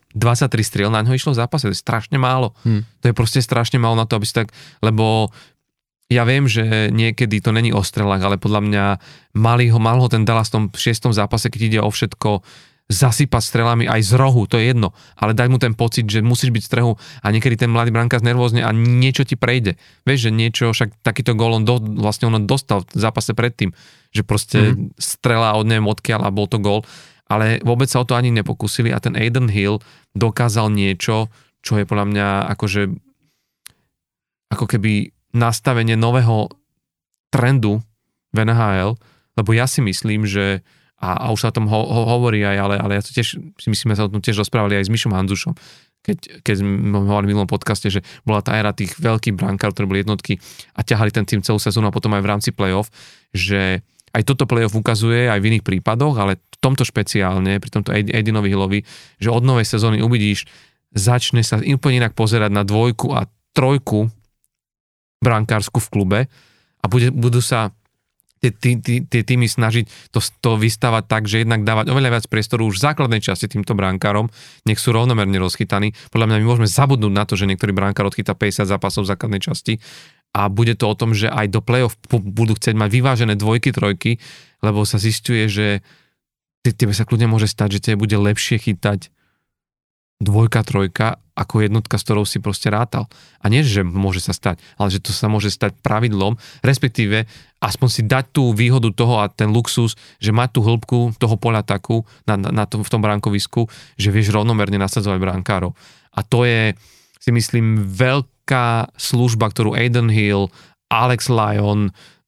23 striel na ňo išlo v zápase, to je strašne málo. To je proste strašne málo na to, aby si tak, lebo ja viem, že niekedy to není o strelách, ale podľa mňa mal ho ten Dallas v tom 6. zápase, keď ide o všetko, zasypať strelami aj z rohu, to je jedno, ale daj mu ten pocit, že musíš byť v strehu a niekedy ten mladý brankár nervózne a niečo ti prejde. Vieš, že niečo, však takýto gól on dostal v zápase predtým, že proste strela od neviem odkiaľ a bol to gól, ale vôbec sa o to ani nepokúsili a ten Adin Hill dokázal niečo, čo je podľa mňa akože ako keby nastavenie nového trendu v NHL, lebo ja si myslím, že a už sa o tom hovorí aj, ale ja to tiež si myslím, že sa o tom tiež rozprávali aj s Mišom Hanzušom, keď sme hovorili v minulom podcaste, že bola tá éra tých veľkých brankárov, ktorí boli jednotky a ťahali ten tým celú sezónu a potom aj v rámci play-off, že aj toto play-off ukazuje aj v iných prípadoch, ale v tomto špeciálne, pri tomto Adinovi Hillovi, že od novej sezóny uvidíš, začne sa úplne inak pozerať na 2 a 3 brankársku v klube a budú sa tie týmy snažiť to vystavať tak, že jednak dávať oveľa viac priestoru už v základnej časti týmto brankárom, nech sú rovnomerne rozchytaní. Podľa mňa my môžeme zabudnúť na to, že niektorý brankár odchytá 50 zápasov v základnej časti a bude to o tom, že aj do play-off budú chcieť mať vyvážené 2, 3, lebo sa zisťuje, že tebe sa kľudne môže stať, že tebe bude lepšie chytať 2, 3 ako jednotka, s ktorou si proste rátal. A nie, že môže sa stať, ale že to sa môže stať pravidlom, respektíve aspoň si dať tú výhodu toho a ten luxus, že mať tú hĺbku toho poľa takú v tom bránkovisku, že vieš rovnomerne nasadzovať brankárov. A to je, si myslím, veľká služba, ktorú Adin Hill, Alex Lyon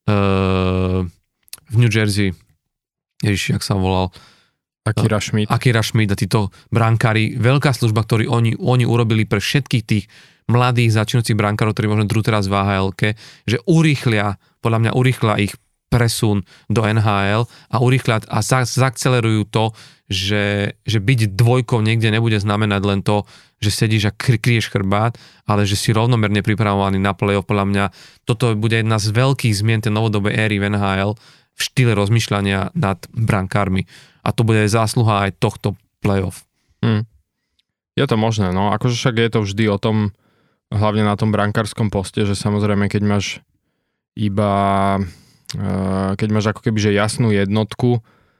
v New Jersey, ježiš, jak sa volal, Akira Schmid a títo brankári, veľká služba, ktorú oni urobili pre všetkých tých mladých začínajúcich brankárov, ktorí možno drú teraz v AHL-ke, že podľa mňa urýchlia ich presun do NHL a urýchlia a zaakcelerujú to, že byť 2 niekde nebude znamenať len to, že sedíš a kryješ chrbát, ale že si rovnomerne pripravovaný na play-off. Podľa mňa toto bude jedna z veľkých zmien tej novodobej éry v NHL v štýle rozmýšľania nad brankármi. A to bude zásluha aj tohto play-off. Je to možné, no. Akože však je to vždy o tom, hlavne na tom brankárskom poste, že samozrejme, keď máš ako keby, že jasnú jednotku,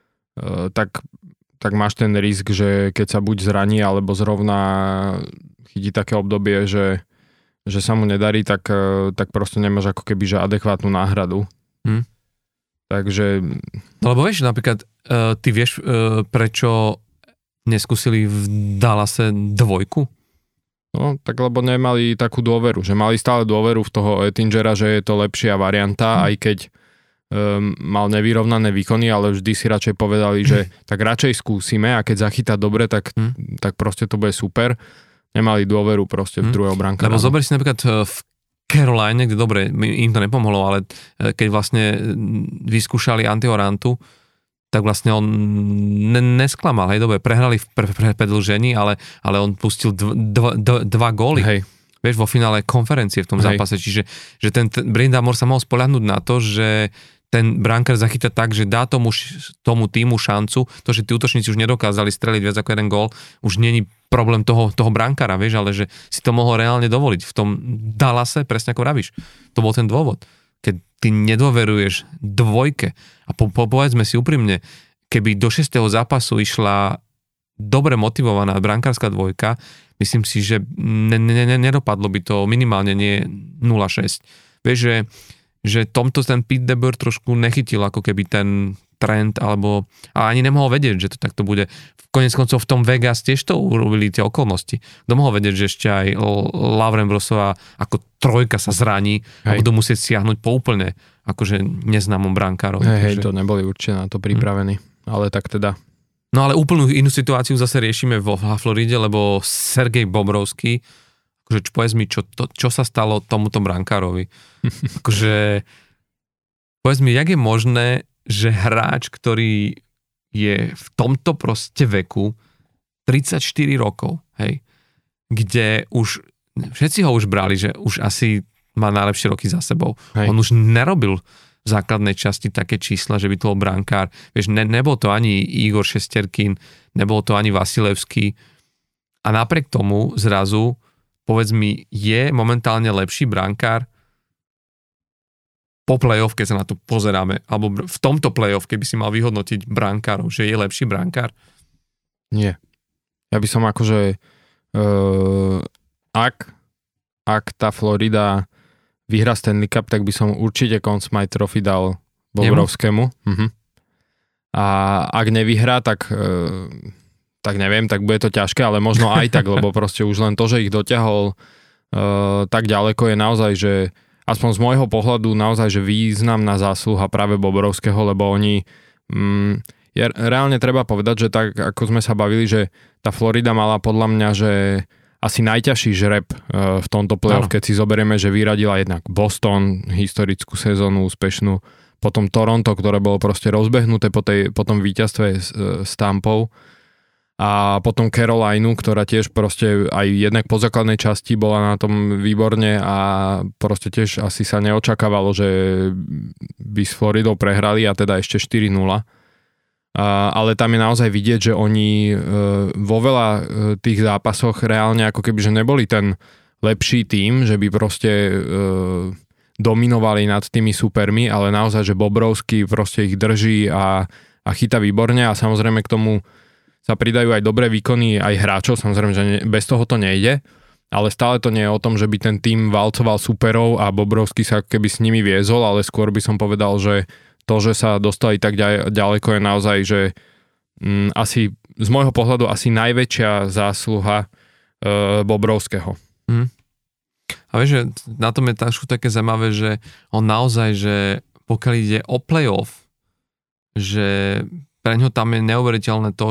tak máš ten risk, že keď sa buď zraní, alebo zrovna chytí také obdobie, že sa mu nedarí, tak proste nemáš ako keby, že adekvátnu náhradu. Takže... No lebo vieš, napríklad, ty vieš, prečo neskúsili v Dallase 2? No, tak lebo nemali takú dôveru, že mali stále dôveru v toho Ettingera, že je to lepšia varianta, aj keď mal nevyrovnané výkony, ale vždy si radšej povedali, že tak radšej skúsime a keď zachytá dobre, tak proste to bude super. Nemali dôveru proste v druhého brankára. Lebo zober si napríklad v Caroline, kde dobre, im to nepomohlo, ale keď vlastne vyskúšali Antiho Rantu, tak vlastne on nesklamal, hej, dobre, prehrali v predĺžení, ale on pustil 2 góly. Hej. Vieš, vo finále konferencie v tom zápase, čiže že ten Brindamore sa mohol spoľahnúť na to, že ten brankár zachytá tak, že dá tomu týmu šancu, to, že tí útočníci už nedokázali streliť viac ako jeden gól, už není problém toho brankára, vieš, ale že si to mohol reálne dovoliť. V tom Dallase, presne ako vravíš, to bol ten dôvod. Keď ty nedôveruješ 2 a povedzme si úprimne, keby do 6. zápasu išla dobre motivovaná brankárska 2, myslím si, že nedopadlo by to minimálne nie 0-6. Vieš, že tomto ten Pete DeBoer trošku nechytil ako keby ten trend, a ani nemohol vedieť, že to takto bude. Koniec koncov v tom Vegas tiež to urobili tie okolnosti. Kto mohol vedieť, že ešte aj Lauren Brosová ako 3 sa zraní a budú musieť siahnuť po úplne akože neznámom brankárovi. Hej, to neboli určite na to pripravení. Ale tak teda. No ale úplnú inú situáciu zase riešime vo Floride, lebo Sergej Bobrovský, akože povedz mi, čo sa stalo tomuto brankárovi. Akože povedz mi, jak je možné, že hráč, ktorý je v tomto proste veku 34 rokov, hej, kde už všetci ho už brali, že už asi má najlepšie roky za sebou. Hej. On už nerobil v základnej časti také čísla, že by to bol brankár. Vieš, nebol to ani Igor Šesterkin, nebol to ani Vasilevský. a napriek tomu zrazu, povedz mi, je momentálne lepší brankár po play-off, keď sa na to pozeráme, alebo v tomto play-off, keby si mal vyhodnotiť brankárov, že je lepší brankár? Nie. Ja by som akože ak tá Florida vyhrá Stanley Cup, tak by som určite Conn Smythe Trophy dal Bobrovskému. A ak nevyhrá, tak neviem, tak bude to ťažké, ale možno aj tak, lebo proste už len to, že ich doťahol tak ďaleko je naozaj, že aspoň z môjho pohľadu naozaj, že významná zásluha práve Bobrovského, lebo oni reálne treba povedať, že tak ako sme sa bavili, že tá Florida mala podľa mňa, že asi najťažší žreb v tomto play-off, keď si zoberieme, že vyradila jednak Boston, historickú sezónu úspešnú, potom Toronto, ktoré bolo proste rozbehnuté po tom víťazstve s Tampou, a potom Carolinu, ktorá tiež proste aj jednak po základnej časti bola na tom výborne a proste tiež asi sa neočakávalo, že by s Floridou prehrali a teda ešte 4-0. Ale tam je naozaj vidieť, že oni vo veľa tých zápasoch reálne ako keby, že neboli ten lepší tím, že by proste dominovali nad tými supermi, ale naozaj, že Bobrovský proste ich drží a chytá výborne a samozrejme k tomu sa pridajú aj dobré výkony aj hráčov, samozrejme, že bez toho to nejde, ale stále to nie je o tom, že by ten tím valcoval superov a Bobrovský sa keby s nimi viezol, ale skôr by som povedal, že to, že sa dostali tak ďaleko je naozaj, že asi z môjho pohľadu asi najväčšia zásluha Bobrovského. A vieš, že na tom je také zaujímavé, že on naozaj, že pokiaľ ide o playoff, že pre ňo tam je neuveriteľné to,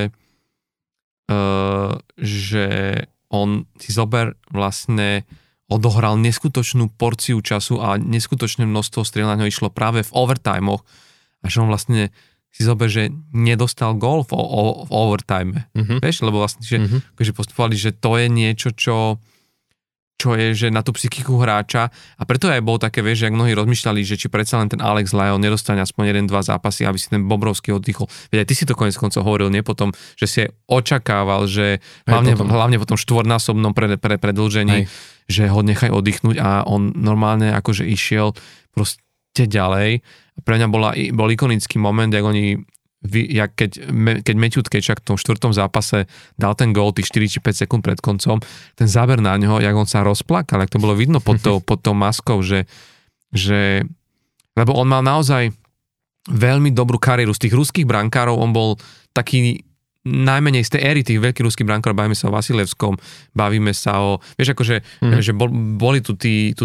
že on si zober vlastne odohral neskutočnú porciu času a neskutočné množstvo striel na ňo išlo práve v overtimeoch a že on vlastne si zober, že nedostal gól v overtime. Vieš, lebo vlastne, že postupovali, že to je niečo, čo je, že na tú psychiku hráča a preto aj bolo také, vieš, že ak mnohí rozmýšľali, že či predsa len ten Alex Lyon nedostane aspoň 1-2 zápasy, aby si ten Bobrovský oddychol. Veď aj ty si to konec koncov hovoril, nie potom, že si očakával, že hlavne po tom štvornásobnom predĺžení, že ho nechaj oddychnúť a on normálne akože išiel proste ďalej. Pre mňa bol ikonický moment, keď Matthew Tkečuk v tom 4. zápase dal ten gól tých 4 či 5 sekúnd pred koncom, ten záber na ňoho, jak on sa rozplakal, jak to bolo vidno pod tou maskou, že lebo on mal naozaj veľmi dobrú kariéru. Z tých ruských brankárov on bol taký najmenej z tej éry tých veľkých ruských brankárov, bavíme sa o Vasilevskom, bavíme sa o, vieš akože, že boli tu tí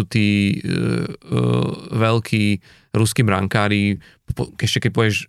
veľkí ruskí brankári, ešte keď povieš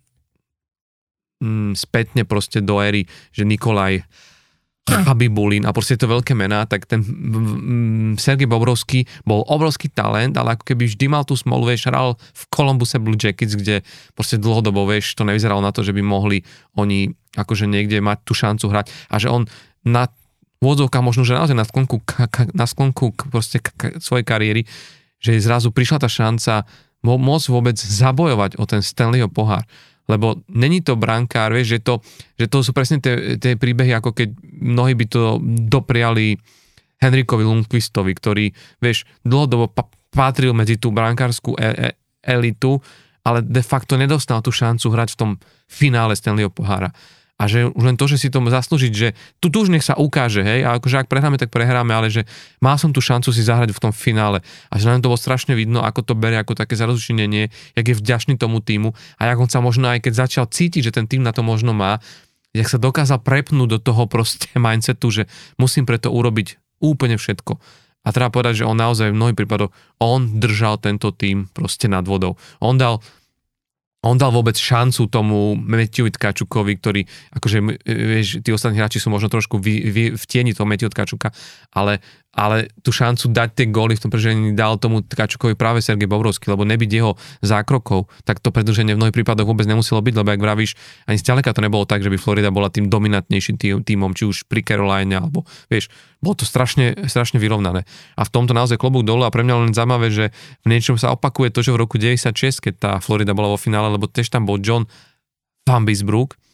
spätne proste do éry, že Nikolaj Khabibulin a proste to veľké mená, tak ten Sergej Bobrovský bol obrovský talent, ale ako keby vždy mal tú smolu, vieš, hral v Columbuse Blue Jackets, kde proste dlhodobo, vieš, to nevyzeralo na to, že by mohli oni akože niekde mať tú šancu hrať a že on na vôdzovkách možno, že naozaj na sklonku proste svojej kariéry, že zrazu prišla tá šanca môcť vôbec zabojovať o ten Stanleyho pohár. Lebo není to brankár, vieš, že to sú presne tie príbehy, ako keď mnohí by to dopriali Henrikovi Lundqvistovi, ktorý, vieš, dlhodobo patril medzi tú brankárskú elitu, ale de facto nedostal tú šancu hrať v tom finále Stanleyho pohára. A že už len to, že si to zaslúžiť, že tu už nech sa ukáže, hej, a akože ak prehráme, tak prehráme, ale že mal som tú šancu si zahrať v tom finále. A že len to bolo strašne vidno, ako to berie, ako také zarozučinenie, jak je vďačný tomu týmu a jak on sa možno aj keď začal cítiť, že ten tým na to možno má, jak sa dokázal prepnúť do toho proste mindsetu, že musím preto urobiť úplne všetko. A treba povedať, že on naozaj v mnohých prípadoch, on držal tento tým proste nad vodou. On dal vôbec šancu tomu Matthewovi Tkačukovi, ktorý, akože, vieš, tí ostatní hráči sú možno trošku v tieni toho Matthewa Tkačuka, ale tú šancu dať tie góly v tom predĺžení dal tomu Tkačukovi práve Sergej Bobrovský, lebo nebyť jeho zákrokov, tak to predĺženie v mnohých prípadoch vôbec nemuselo byť, lebo ak vravíš, ani zďaleka to nebolo tak, že by Florida bola tým dominantnejším tímom, či už pri Caroline, alebo vieš, bolo to strašne vyrovnané. A v tomto naozaj klobúk dole a pre mňa len zaujímavé, že v niečom sa opakuje to, že v roku 96, keď tá Florida bola vo finále, lebo tiež tam bol John Van Biesbrook,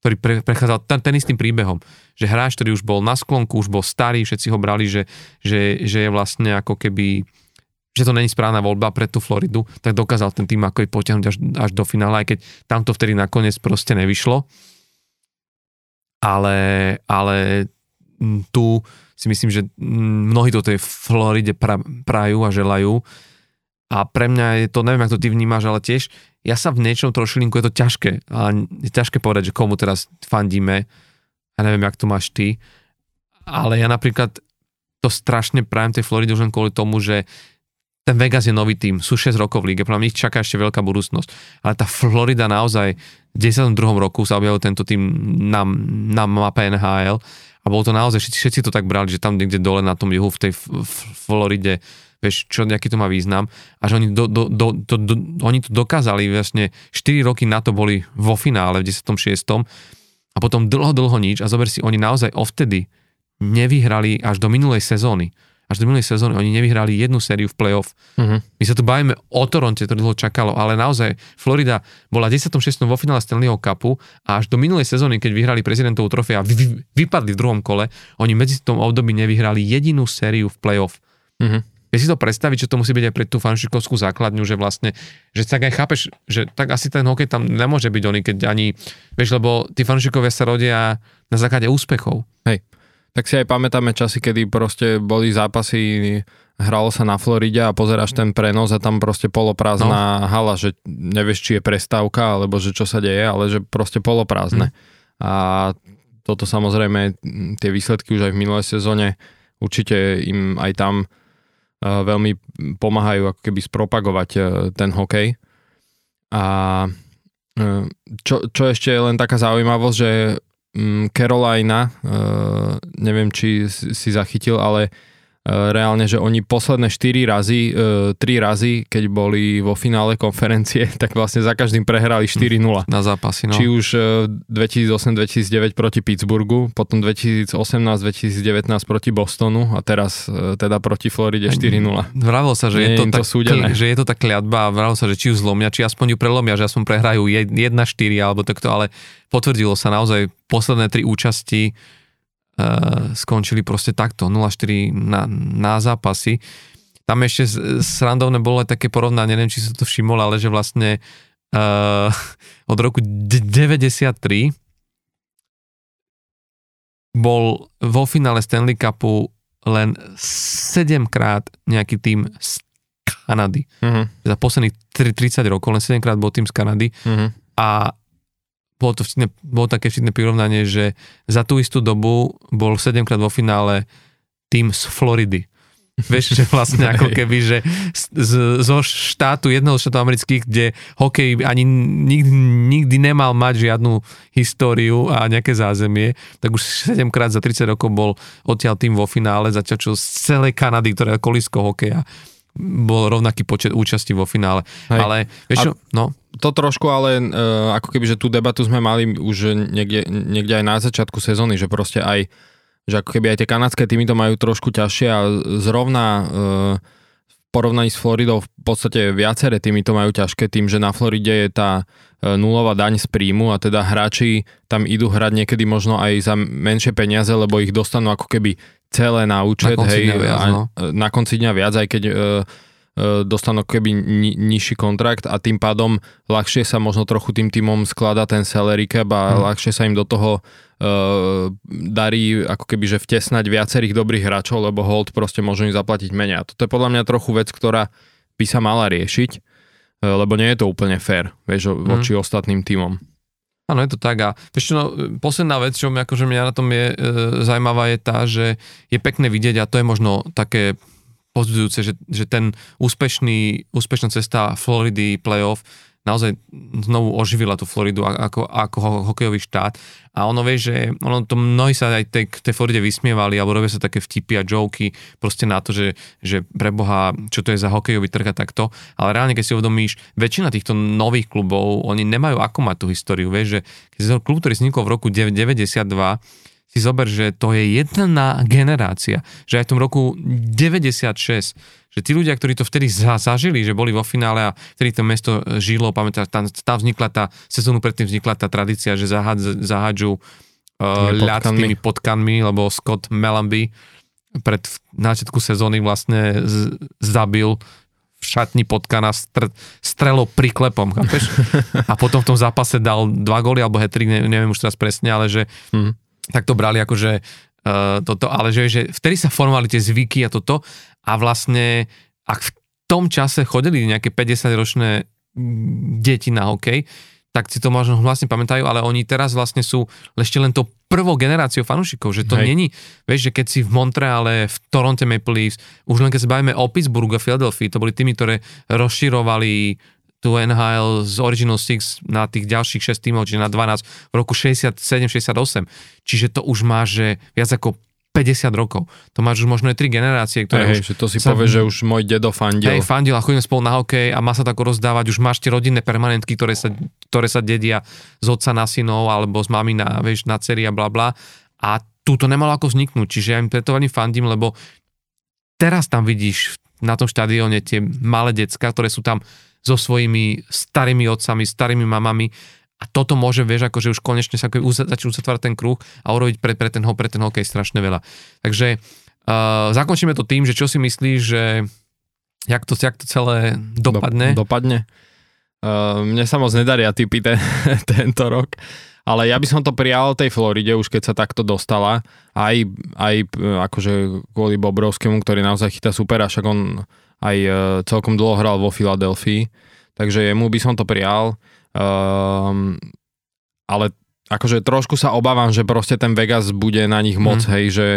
ktorý prechádzal ten istým príbehom. Že hráč, ktorý už bol na sklonku, už bol starý, všetci ho brali, že je vlastne ako keby, že to není správna voľba pre tú Floridu, tak dokázal ten tým ako potiahnuť až do finále, aj keď tam to vtedy nakoniec proste nevyšlo. Ale tu si myslím, že mnohí to tej Floride prajú a želajú. A pre mňa je to, neviem, ako to ty vnímaš, ale tiež ja sa v niečom trošilinku, je to ťažké. Ale je ťažké povedať, že komu teraz fandíme. Ja neviem, jak to máš ty. Ale ja napríklad to strašne prajem tej Floride už len kvôli tomu, že ten Vegas je nový tým, sú 6 rokov v líge, pre mňa ich čaká ešte veľká budúcnosť. Ale tá Florida naozaj v 10. roku sa objavil tento tým na mape NHL a bolo to naozaj, všetci to tak brali, že tam niekde dole na tom juhu v tej Floride, vieš, čo nejaký to má význam a že oni to dokázali vlastne 4 roky na to boli vo finále v 16. a potom dlho nič a zober si, oni naozaj odvtedy nevyhrali až do minulej sezóny. Až do minulej sezóny oni nevyhrali jednu sériu v play-off. Uh-huh. My sa tu bavíme o Toronte, to dlho čakalo, ale naozaj Florida bola 16. vo finále Stanleyho Cupu a až do minulej sezóny, keď vyhrali prezidentovú trofej a vypadli v druhom kole, oni medzi tom období nevyhrali jedinú sériu v play-off. Uh-huh. Vieš si to predstaviť, že to musí byť aj pre tú fanšikovskú základňu, že vlastne, že tak aj chápeš, že tak asi ten hokej tam nemôže byť oný, keď ani, vieš, lebo tí fanšikovia sa rodia na základe úspechov. Hej. Tak si aj pamätáme časy, kedy proste boli zápasy, hralo sa na Floride a pozeráš ten prenos a tam proste poloprázdna hala, že nevieš, či je prestávka, alebo že čo sa deje, ale že proste poloprázdne. A toto samozrejme, tie výsledky už aj v minulej sezóne určite im aj tam veľmi pomáhajú ako keby spropagovať ten hokej. A čo ešte je len taká zaujímavosť, že Carolina, neviem, či si zachytil, ale reálne, že oni posledné 3 razy, keď boli vo finále konferencie, tak vlastne za každým prehrali 4-0. Na zápasy, no. Či už 2008-2009 proti Pittsburghu, potom 2018-2019 proti Bostonu a teraz teda proti Floride 4-0. Vravilo sa, že je to tak kliatba a vravilo sa, že či ju zlomia, či aspoň ju prelomia, že aspoň prehrajú 1-4 alebo takto, ale potvrdilo sa naozaj posledné 3 účasti skončili proste takto, 0-4 na zápasy. Tam ešte srandovné bolo aj také porovnanie, neviem, či sa to všimol, ale že vlastne od roku 93 bol vo finále Stanley Cupu len 7 krát nejaký tým z Kanady. Uh-huh. Za posledných 30 rokov len 7 krát bol tým z Kanady a bolo také vtipné prirovnanie, že za tú istú dobu bol 7-krát vo finále tým z Floridy. Vieš, že vlastne ako keby, že zo štátu, jedného z štátov amerických, kde hokej ani nikdy nemal mať žiadnu históriu a nejaké zázemie, tak už 7-krát za 30 rokov bol odtiaľ tým vo finále, zatiaľ čo z celej Kanady, ktorá je kolísko hokeja, bol rovnaký počet účastí vo finále. Hej. Ale vieš čo, no. To trošku, ale ako keby, že tú debatu sme mali už niekde aj na začiatku sezóny, že proste aj, že ako keby aj tie kanadské týmy to majú trošku ťažšie a zrovna v porovnaní s Floridou v podstate viaceré týmy to majú ťažké tým, že na Floride je tá nulová daň z príjmu a teda hráči tam idú hrať niekedy možno aj za menšie peniaze, lebo ich dostanú ako keby celé na účet, na konci dňa viac, aj keď dostanú keby nižší kontrakt a tým pádom ľahšie sa možno trochu tým týmom skladá ten salary cap a ľahšie sa im do toho darí ako keby, že vtesnať viacerých dobrých hráčov, lebo hold proste môžu im zaplatiť menej. A toto je podľa mňa trochu vec, ktorá by sa mala riešiť, lebo nie je to úplne fair, vieš, voči ostatným týmom. Áno, je to tak a vieš čo, posledná vec, čo akože mňa na tom je zaujímavá, je tá, že je pekné vidieť a to je možno také povzbudzujúce, že ten úspešná cesta Floridy playoff naozaj znovu oživila tú Floridu ako hokejový štát a ono vie, že ono to mnohí sa aj tej Floride vysmievali alebo robia sa také vtipy a joky proste na to, že preboha, čo to je za hokejový trh a takto, ale reálne keď si uvedomíš, väčšina týchto nových klubov, oni nemajú ako mať tú históriu, vieš, že keď klub, ktorý vznikol v roku 92, si zober, že to je jedna generácia, že aj v tom roku 96, že tí ľudia, ktorí to vtedy zažili, že boli vo finále a vtedy to mesto žilo, pamätáš, tam vznikla tá, sezónu predtým vznikla tá tradícia, že zahádžu ľad tými potkanmi, lebo Scott Mellanby na začiatku sezóny vlastne zabil v šatni potkana strelou priklepom, chápeš? A potom v tom zápase dal 2 góly alebo hat-trick, neviem už teraz presne, ale že tak to brali akože toto, ale že vtedy sa formovali tie zvyky a toto a vlastne ak v tom čase chodili nejaké 50-ročné deti na hokej, tak si to možno vlastne pamätajú, ale oni teraz vlastne sú ešte len to prvou generáciou fanúšikov, že to není, vieš, že keď si v Montreale, v Toronto Maple Leafs, už len keď sa bavíme o Pittsburghu a Philadelphia, to boli tými, ktoré rozširovali tú NHL z Original Six na tých ďalších 6 tímov, čiže na 12 v roku 67-68. Čiže to už má, že viac ako 50 rokov. To máš už možno 3 generácie, ktoré už... že to si povie, že už môj dedo fandil. Fandil a chodíme spolu na hokej a má sa tako rozdávať, už máš tie rodinné permanentky, ktoré sa dedia z otca na synov alebo z mami na, vieš, na dcery a blabla. A tu to nemalo ako vzniknúť, čiže ja im preto veľmi fandím, lebo teraz tam vidíš na tom štadióne tie malé decká, ktoré sú tam so svojimi starými otcami, starými mamami a toto môže, vieš, akože už konečne sa začnú zatvárať ten kruh a urobiť pre ten hokej strašne veľa. Takže zakončíme to tým, že čo si myslíš, že jak to celé dopadne? Dopadne. Mne sa moc nedaria tipy tento rok, ale ja by som to prijal tej Floride, už keď sa takto dostala, aj akože kvôli Bobrovskému, ktorý naozaj chytá super, a však on aj celkom dlho hral vo Filadelfii, takže jemu by som to prijal, ale akože trošku sa obávam, že proste ten Vegas bude na nich moc, hej, že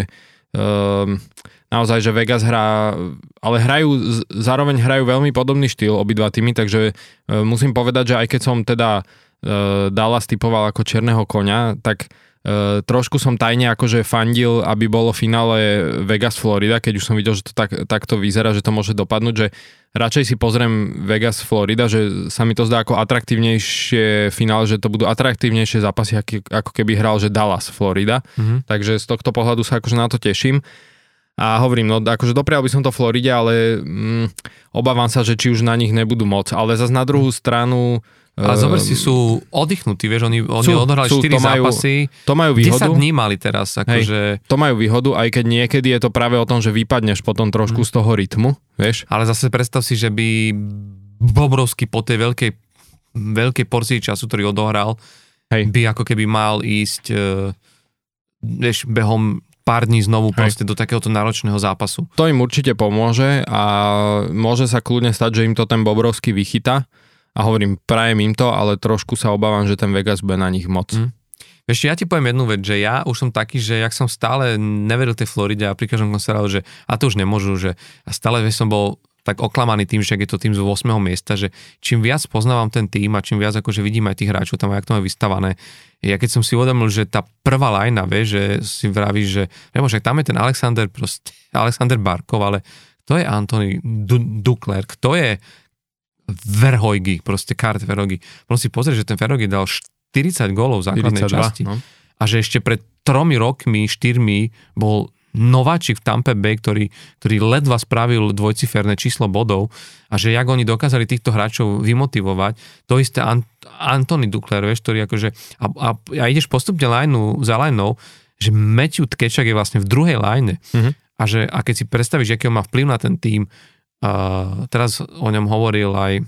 naozaj, že Vegas hrá, ale zároveň hrajú veľmi podobný štýl obidva týmy, takže musím povedať, že aj keď som teda Dallas typoval ako černého koňa, tak trošku som tajne akože fandil, aby bolo finále Vegas Florida, keď už som videl, že to takto vyzerá, že to môže dopadnúť, že radšej si pozriem Vegas Florida, že sa mi to zdá ako atraktívnejšie finále, že to budú atraktívnejšie zápasy, ako keby hral, že Dallas Florida, takže z tohto pohľadu sa akože na to teším. A hovorím, no akože doprial by som to Floride, ale obávam sa, že či už na nich nebudú moc, ale zase na druhú stranu... Ale zober si, sú oddychnutí, vieš, oni odohrali 4 zápasy, to majú výhodu, 10 dní mali teraz, akože... To majú výhodu, aj keď niekedy je to práve o tom, že vypadneš potom trošku z toho rytmu, vieš. Ale zase predstav si, že by Bobrovský po tej veľkej porcii času, ktorý odohral, by ako keby mal ísť, vieš, behom pár dní znovu proste do takéhoto náročného zápasu. To im určite pomôže a môže sa kľudne stať, že im to ten Bobrovský vychytá. A hovorím, prajem im to, ale trošku sa obávam, že ten Vegas bude na nich moc. Ešte ja ti poviem jednu vec, že ja už som taký, že jak som stále neveril tej Floride a pri každom koncertu, že a to už nemôžu, že a stále som bol tak oklamaný tým, že je to tým z 8. miesta, že čím viac poznávam ten tým a čím viac akože vidím aj tých hráčov tam, jak to je vystavané. Ja keď som si uvedomil, že tá prvá lajna, vieš, že si vravíš, že však tam je ten Alexander Barkov, ale kto je Anthony Duclair, kto je Verhojgy, proste Kart Verhojgy. Potom si pozrieš, že ten Verhojgy dal 40 gólov v základnej 42, časti. no. A že ešte pred 3 rokmi, 4 bol nováčik v Tampa Bay, ktorý ledva spravil dvojciferné číslo bodov a že jak oni dokázali týchto hráčov vymotivovať. To isté Anthony Duclair, vieš, ktorý akože a ideš postupne line za lineou, že Matthew Tkečak je vlastne v druhej line a keď si predstavíš, aký on má vplyv na ten tým. Teraz o ňom hovoril aj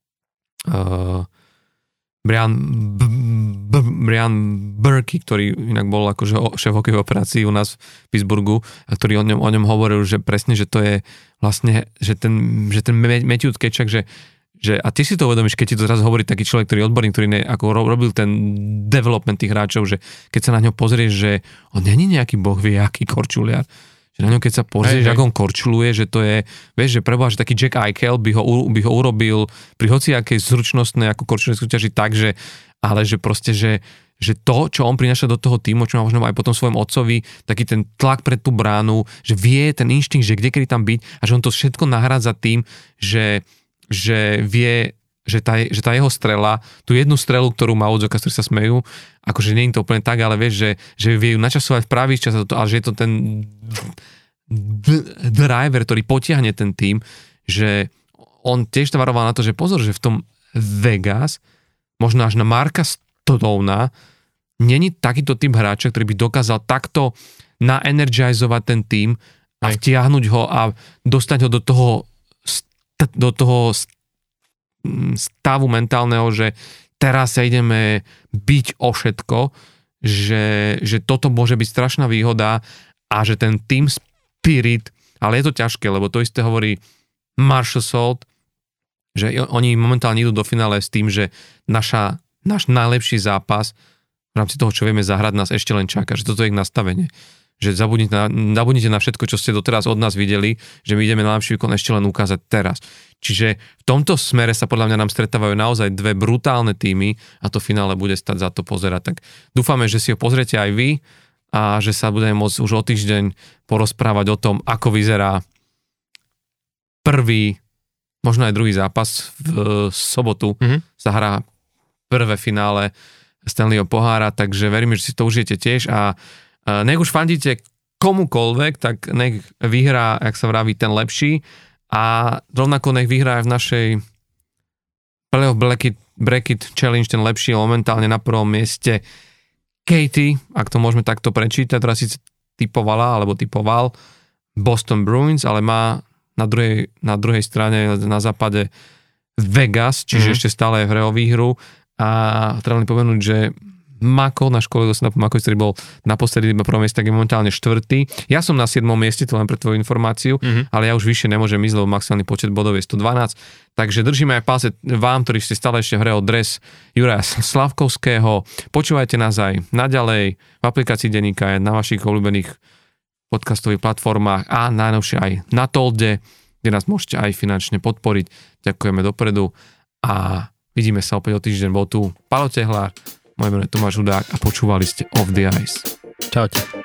Brian Burke, ktorý inak bol akože šéf hokejovej operácií u nás v Pittsburghu, a ktorý o ňom hovoril, že presne, že to je vlastne, že ten Matthew Tkečak, že a ty si to uvedomíš, keď ti to teraz hovorí taký človek, ktorý je odborník, ktorý ako robil ten development tých hráčov, že keď sa na ňo pozrieš, že on není nejaký boh vie aký korčuliar, že na ňom keď sa pozrieš, ako on korčuluje, že to je, vieš, že preboha, že taký Jack Eichel by ho urobil pri hociakej zručnostnej ako korčulnej súťaži tak, že, ale že proste, že to, čo on prináša do toho týmu, čo má možno aj potom svojom otcovi, taký ten tlak pred tú bránu, že vie ten inštinkt, že kdekedy tam byť a že on to všetko nahrádza tým, že vie že tá jeho strela, tú jednu strelu, ktorú má Odzok, ktorí sa smejú, akože nie je to úplne tak, ale vieš, že vie ju načasovať v pravý čas, ale že je to ten driver, ktorý potiahne ten tým, že on tiež varoval na to, že pozor, že v tom Vegas, možno až na Marka Stodowna, není takýto typ hráča, ktorý by dokázal takto naenergizovať ten tým a vtiahnuť ho a dostať ho do toho stavu mentálneho, že teraz sa ideme byť o všetko, že toto môže byť strašná výhoda a že ten team spirit, ale je to ťažké, lebo to isté hovorí Marshall Salt, že oni momentálne idú do finále s tým, že náš najlepší zápas v rámci toho, čo vieme zahrať, nás ešte len čaká, že toto je ich nastavenie. Že zabudnite na všetko, čo ste doteraz od nás videli, že my ideme najlepší výkon ešte len ukázať teraz. Čiže v tomto smere sa podľa mňa nám stretávajú naozaj dve brutálne týmy a to finále bude stať za to pozerať. Tak dúfame, že si ho pozriete aj vy a že sa budeme môcť už o týždeň porozprávať o tom, ako vyzerá prvý, možno aj druhý zápas v sobotu. Sa hrá prvé finále Stanleyho pohára, takže verím, že si to užijete tiež a nech už fandíte komukoľvek, tak nech vyhrá, jak sa vraví, ten lepší a rovnako nech vyhrá aj v našej Playoff Bracket Challenge ten lepší, momentálne na prvom mieste Katie, ak to môžeme takto prečítať, ktorá síce typoval Boston Bruins, ale má na druhej strane na západe Vegas, čiže ešte stále je v hre o výhru. A treba len povedať, že Mako, náš kolega Mako, ktorý bol naposledy iba prvom mieste, tak je momentálne 4. Ja som na 7. mieste, to len pre tvoju informáciu, ale ja už vyššie nemôžem ísť, lebo maximálny počet bodov je 112. Takže držíme aj palce vám, ktorí ste stále ešte v hre o dres Juraja Slavkovského. Počúvajte nás aj naďalej v aplikácii Denníka, na vašich obľúbených podcastových platformách a najnovšie aj na Tolde, kde nás môžete aj finančne podporiť. Ďakujeme dopredu a vidíme sa opäť o týždeň. Bol tu Palo Tehlár, moje meno je Tomáš Hudák a počúvali ste Off the Ice. Čaute.